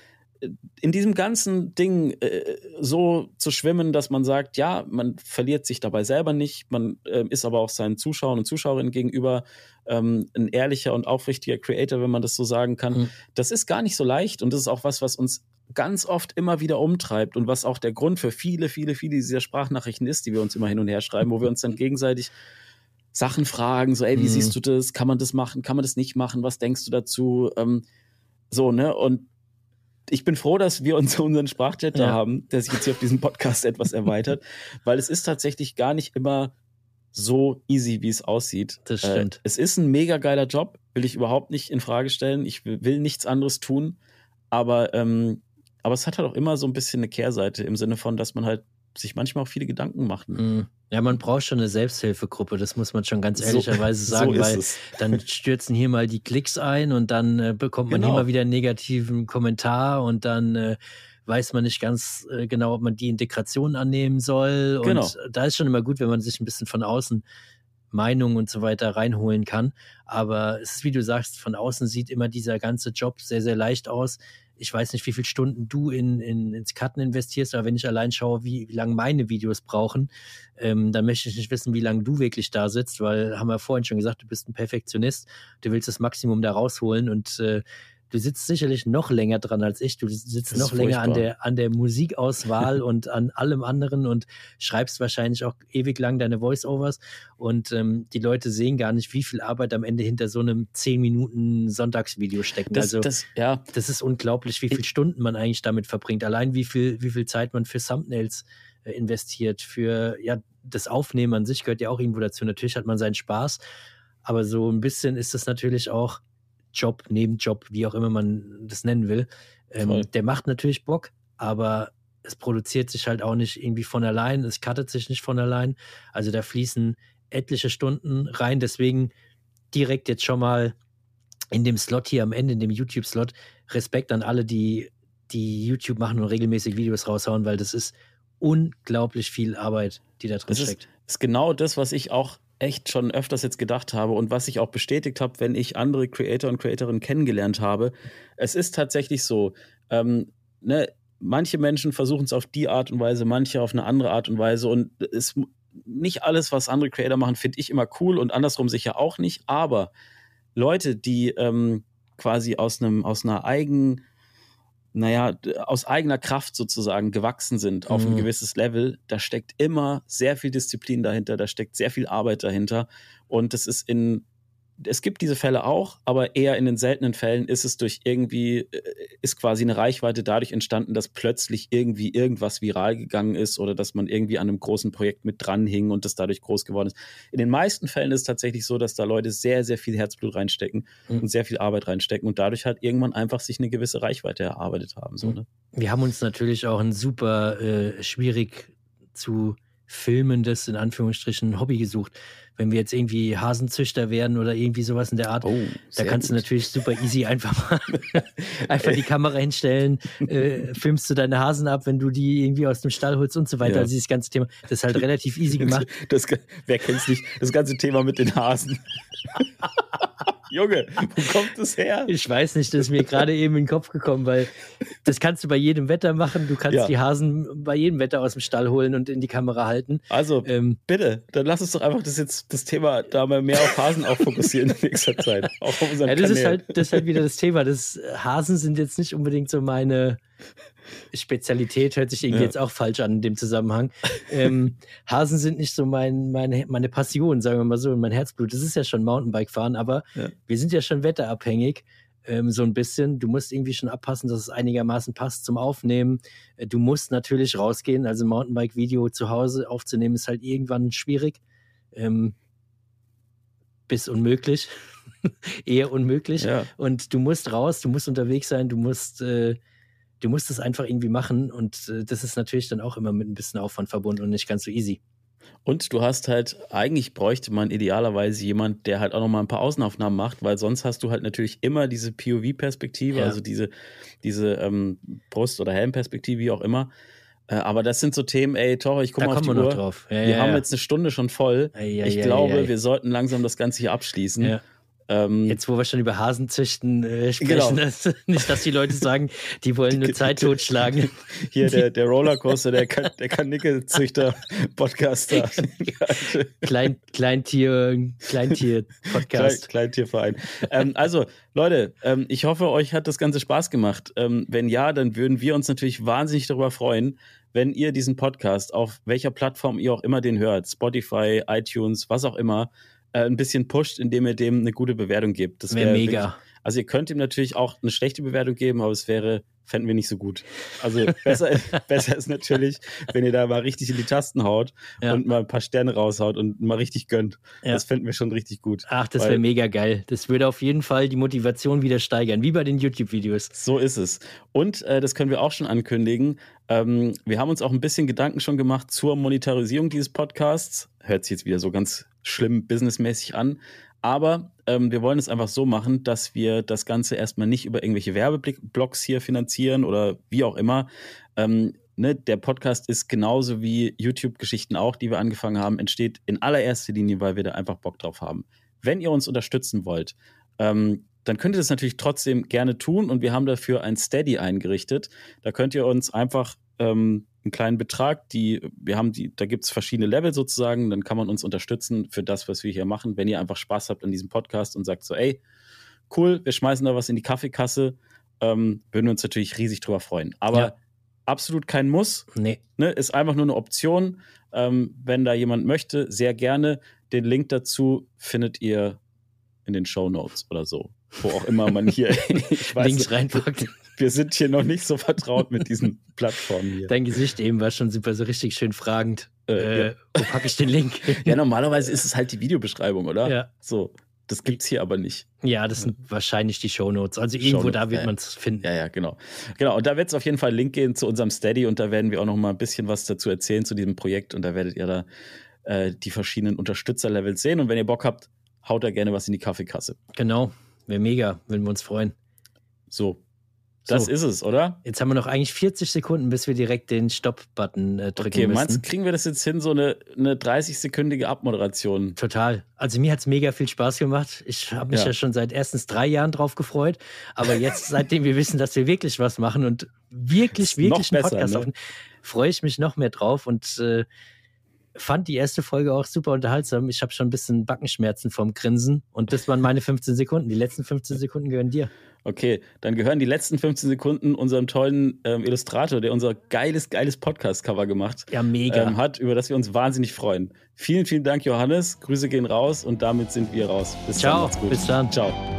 in diesem ganzen Ding äh, so zu schwimmen, dass man sagt, ja, man verliert sich dabei selber nicht, man äh, ist aber auch seinen Zuschauern und Zuschauerinnen gegenüber ähm, ein ehrlicher und aufrichtiger Creator, wenn man das so sagen kann. Mhm. Das ist gar nicht so leicht, und das ist auch was, was uns ganz oft immer wieder umtreibt und was auch der Grund für viele, viele, viele dieser Sprachnachrichten ist, die wir uns immer hin und her schreiben, wo wir uns dann gegenseitig Sachen fragen, so, ey, wie mhm. siehst du das? Kann man das machen? Kann man das nicht machen? Was denkst du dazu? Ähm, so, ne? Und ich bin froh, dass wir uns unseren Sprachchat da ja. haben, der sich jetzt hier auf diesem Podcast etwas erweitert, weil es ist tatsächlich gar nicht immer so easy, wie es aussieht. Das stimmt. Äh, es ist ein mega geiler Job, will ich überhaupt nicht in Frage stellen. Ich will, will nichts anderes tun, aber, ähm, aber es hat halt auch immer so ein bisschen eine Kehrseite im Sinne von, dass man halt sich manchmal auch viele Gedanken macht. Mhm. Ja, man braucht schon eine Selbsthilfegruppe, das muss man schon ganz ehrlicherweise so, sagen, so weil es. Dann stürzen hier mal die Klicks ein und dann äh, bekommt man genau. hier mal wieder einen negativen Kommentar und dann äh, weiß man nicht ganz äh, genau, ob man die Integration annehmen soll. Und genau. da ist schon immer gut, wenn man sich ein bisschen von außen Meinungen und so weiter reinholen kann. Aber es ist, wie du sagst, von außen sieht immer dieser ganze Job sehr, sehr leicht aus. Ich weiß nicht, wie viele Stunden du in, in, ins Cutten investierst, aber wenn ich allein schaue, wie, wie lange meine Videos brauchen, ähm, dann möchte ich nicht wissen, wie lange du wirklich da sitzt, weil, haben wir vorhin schon gesagt, du bist ein Perfektionist, du willst das Maximum da rausholen und äh, du sitzt sicherlich noch länger dran als ich. Du sitzt noch länger an der, an der Musikauswahl und an allem anderen und schreibst wahrscheinlich auch ewig lang deine Voice-Overs. Und ähm, die Leute sehen gar nicht, wie viel Arbeit am Ende hinter so einem zehn Minuten Sonntagsvideo stecken. Das, also das, ja. das ist unglaublich, wie viele Stunden man eigentlich damit verbringt. Allein wie viel, wie viel Zeit man für Thumbnails äh, investiert, für ja das Aufnehmen an sich gehört ja auch irgendwo dazu. Natürlich hat man seinen Spaß, aber so ein bisschen ist das natürlich auch Job, Nebenjob, wie auch immer man das nennen will. Ähm, der macht natürlich Bock, aber es produziert sich halt auch nicht irgendwie von allein, es cuttet sich nicht von allein. Also da fließen etliche Stunden rein, deswegen direkt jetzt schon mal in dem Slot hier am Ende, in dem YouTube-Slot, Respekt an alle, die die YouTube machen und regelmäßig Videos raushauen, weil das ist unglaublich viel Arbeit, die da drin Das steckt. ist, ist genau das, was ich auch echt schon öfters jetzt gedacht habe und was ich auch bestätigt habe, wenn ich andere Creator und Creatorinnen kennengelernt habe. Es ist tatsächlich so, ähm, ne, manche Menschen versuchen es auf die Art und Weise, manche auf eine andere Art und Weise und es nicht alles, was andere Creator machen, finde ich immer cool und andersrum sicher auch nicht, aber Leute, die ähm, quasi aus einem aus einer eigenen naja, aus eigener Kraft sozusagen gewachsen sind auf ein Mhm. gewisses Level, da steckt immer sehr viel Disziplin dahinter, da steckt sehr viel Arbeit dahinter und das ist in, es gibt diese Fälle auch, aber eher in den seltenen Fällen ist es durch irgendwie, ist quasi eine Reichweite dadurch entstanden, dass plötzlich irgendwie irgendwas viral gegangen ist oder dass man irgendwie an einem großen Projekt mit dran hing und das dadurch groß geworden ist. In den meisten Fällen ist es tatsächlich so, dass da Leute sehr, sehr viel Herzblut reinstecken Mhm. und sehr viel Arbeit reinstecken und dadurch halt irgendwann einfach sich eine gewisse Reichweite erarbeitet haben. So, ne? Wir haben uns natürlich auch ein super äh, schwierig zu filmendes, in Anführungsstrichen, Hobby gesucht. Wenn wir jetzt irgendwie Hasenzüchter werden oder irgendwie sowas in der Art, Oh, da sehr kannst du gut. natürlich super easy einfach mal einfach die Kamera hinstellen, äh, filmst du deine Hasen ab, wenn du die irgendwie aus dem Stall holst und so weiter. Ja. Also dieses ganze Thema, das ist halt relativ easy gemacht. Das, wer kennt's nicht? Das ganze Thema mit den Hasen. Junge, wo kommt das her? Ich weiß nicht, das ist mir gerade eben in den Kopf gekommen, weil das kannst du bei jedem Wetter machen. Du kannst Ja. die Hasen bei jedem Wetter aus dem Stall holen und in die Kamera halten. Also, Ähm, bitte, dann lass uns doch einfach das jetzt das Thema da mal mehr auf Hasen auch fokussieren in nächster Zeit. Auch auf unseren ja, das ist, Kanälen. halt, das ist halt wieder das Thema. Das, Hasen sind jetzt nicht unbedingt so meine Spezialität, hört sich irgendwie Ja. jetzt auch falsch an in dem Zusammenhang. Ähm, Hasen sind nicht so mein, meine, meine Passion, sagen wir mal so, und mein Herzblut. Das ist ja schon Mountainbike fahren, aber Ja. wir sind ja schon wetterabhängig. Ähm, so ein bisschen. Du musst irgendwie schon abpassen, dass es einigermaßen passt zum Aufnehmen. Äh, Du musst natürlich rausgehen. Also ein Mountainbike-Video zu Hause aufzunehmen ist halt irgendwann schwierig. Ähm, bis unmöglich. Eher unmöglich. Ja. Und du musst raus, du musst unterwegs sein, du musst, äh, du musst es einfach irgendwie machen. Und äh, das ist natürlich dann auch immer mit ein bisschen Aufwand verbunden und nicht ganz so easy. Und du hast halt, eigentlich bräuchte man idealerweise jemand, der halt auch noch mal ein paar Außenaufnahmen macht, weil sonst hast du halt natürlich immer diese P O V-Perspektive, Ja. also diese, diese ähm, Brust- oder Helmperspektive, wie auch immer. Äh, aber das sind so Themen, ey, Toro, ich guck Da mal auf kommen die wir Uhr. noch drauf. Ja, Wir ja, haben ja. jetzt eine Stunde schon voll. Ei, ei, ich ei, glaube, ei, ei. wir sollten langsam das Ganze hier abschließen. Ja. Ähm, Jetzt, wo wir schon über Hasenzüchten äh, sprechen, Genau. dass, nicht, dass die Leute sagen, die wollen nur Zeit totschlagen. Hier der, der Rollercoaster, der, Kan- der Kanickelzüchter-Podcaster. Klein, Kleintier, Kleintier-Podcast. Klein, Kleintierverein. ähm, also, Leute, ähm, ich hoffe, euch hat das Ganze Spaß gemacht. Ähm, wenn ja, dann würden wir uns natürlich wahnsinnig darüber freuen, wenn ihr diesen Podcast, auf welcher Plattform ihr auch immer den hört, Spotify, iTunes, was auch immer, äh, ein bisschen pusht, indem ihr dem eine gute Bewertung gebt. Das Wäre wär mega. Wirklich, also ihr könnt ihm natürlich auch eine schlechte Bewertung geben, aber es wäre, fänden wir nicht so gut. Also besser, besser ist natürlich, wenn ihr da mal richtig in die Tasten haut Ja. und mal ein paar Sterne raushaut und mal richtig gönnt. Ja. Das fänden wir schon richtig gut. Ach, das Weil- wäre mega geil. Das würde auf jeden Fall die Motivation wieder steigern, wie bei den YouTube-Videos. So ist es. Und äh, das können wir auch schon ankündigen. Ähm, wir haben uns auch ein bisschen Gedanken schon gemacht zur Monetarisierung dieses Podcasts. Hört sich jetzt wieder so ganz schlimm businessmäßig an. Aber ähm, wir wollen es einfach so machen, dass wir das Ganze erstmal nicht über irgendwelche Werbeblocks hier finanzieren oder wie auch immer. Ähm, ne, der Podcast ist genauso wie YouTube-Geschichten auch, die wir angefangen haben, entsteht in allererster Linie, weil wir da einfach Bock drauf haben. Wenn ihr uns unterstützen wollt, ähm, dann könnt ihr das natürlich trotzdem gerne tun und wir haben dafür ein Steady eingerichtet. Da könnt ihr uns einfach ähm, einen kleinen Betrag, die wir haben die, da gibt es verschiedene Level sozusagen, dann kann man uns unterstützen für das, was wir hier machen, wenn ihr einfach Spaß habt an diesem Podcast und sagt so, ey, cool, wir schmeißen da was in die Kaffeekasse, ähm, würden wir uns natürlich riesig drüber freuen. Aber Ja. absolut kein Muss, Nee. ne, ist einfach nur eine Option. Ähm, wenn da jemand möchte, sehr gerne. Den Link dazu findet ihr in den Shownotes oder so. Wo auch immer man hier, ich weiß Links nicht, reinpackt. wir sind hier noch nicht so vertraut mit diesen Plattformen hier. Dein Gesicht eben war schon super, so richtig schön fragend. Äh, Äh, ja. Wo packe ich den Link? Ja, normalerweise ist es halt die Videobeschreibung, oder? Ja. So, das gibt's hier aber nicht. Ja, das sind wahrscheinlich die Shownotes. Also irgendwo Shownotes, da wird ja. man es finden. Ja, ja, genau. Genau, und da wird es auf jeden Fall einen Link gehen zu unserem Steady und da werden wir auch noch mal ein bisschen was dazu erzählen zu diesem Projekt und da werdet ihr da äh, die verschiedenen Unterstützerlevels sehen und wenn ihr Bock habt, haut da gerne was in die Kaffeekasse. Genau. Wäre mega, würden wir uns freuen. So, Das So. ist es, oder? Jetzt haben wir noch eigentlich vierzig Sekunden, bis wir direkt den Stopp-Button äh, drücken Okay, müssen. meinst du, kriegen wir das jetzt hin, so eine, eine dreißig-sekündige Abmoderation? Total. Also mir hat es mega viel Spaß gemacht. Ich habe mich ja. Ja. schon seit erstens drei Jahren drauf gefreut. Aber jetzt, seitdem wir wissen, dass wir wirklich was machen und wirklich, Ist wirklich noch einen besser, Podcast ne? aufnehmen, freue ich mich noch mehr drauf und äh, fand die erste Folge auch super unterhaltsam. Ich habe schon ein bisschen Backenschmerzen vom Grinsen und das waren meine fünfzehn Sekunden. Die letzten fünfzehn Sekunden gehören dir. Okay, dann gehören die letzten fünfzehn Sekunden unserem tollen ähm, Illustrator, der unser geiles, geiles Podcast-Cover gemacht Ja, mega. ähm, hat, über das wir uns wahnsinnig freuen. Vielen, vielen Dank, Johannes. Grüße gehen raus und damit sind wir raus. Bis Ciao, dann, macht's gut. bis dann. Ciao.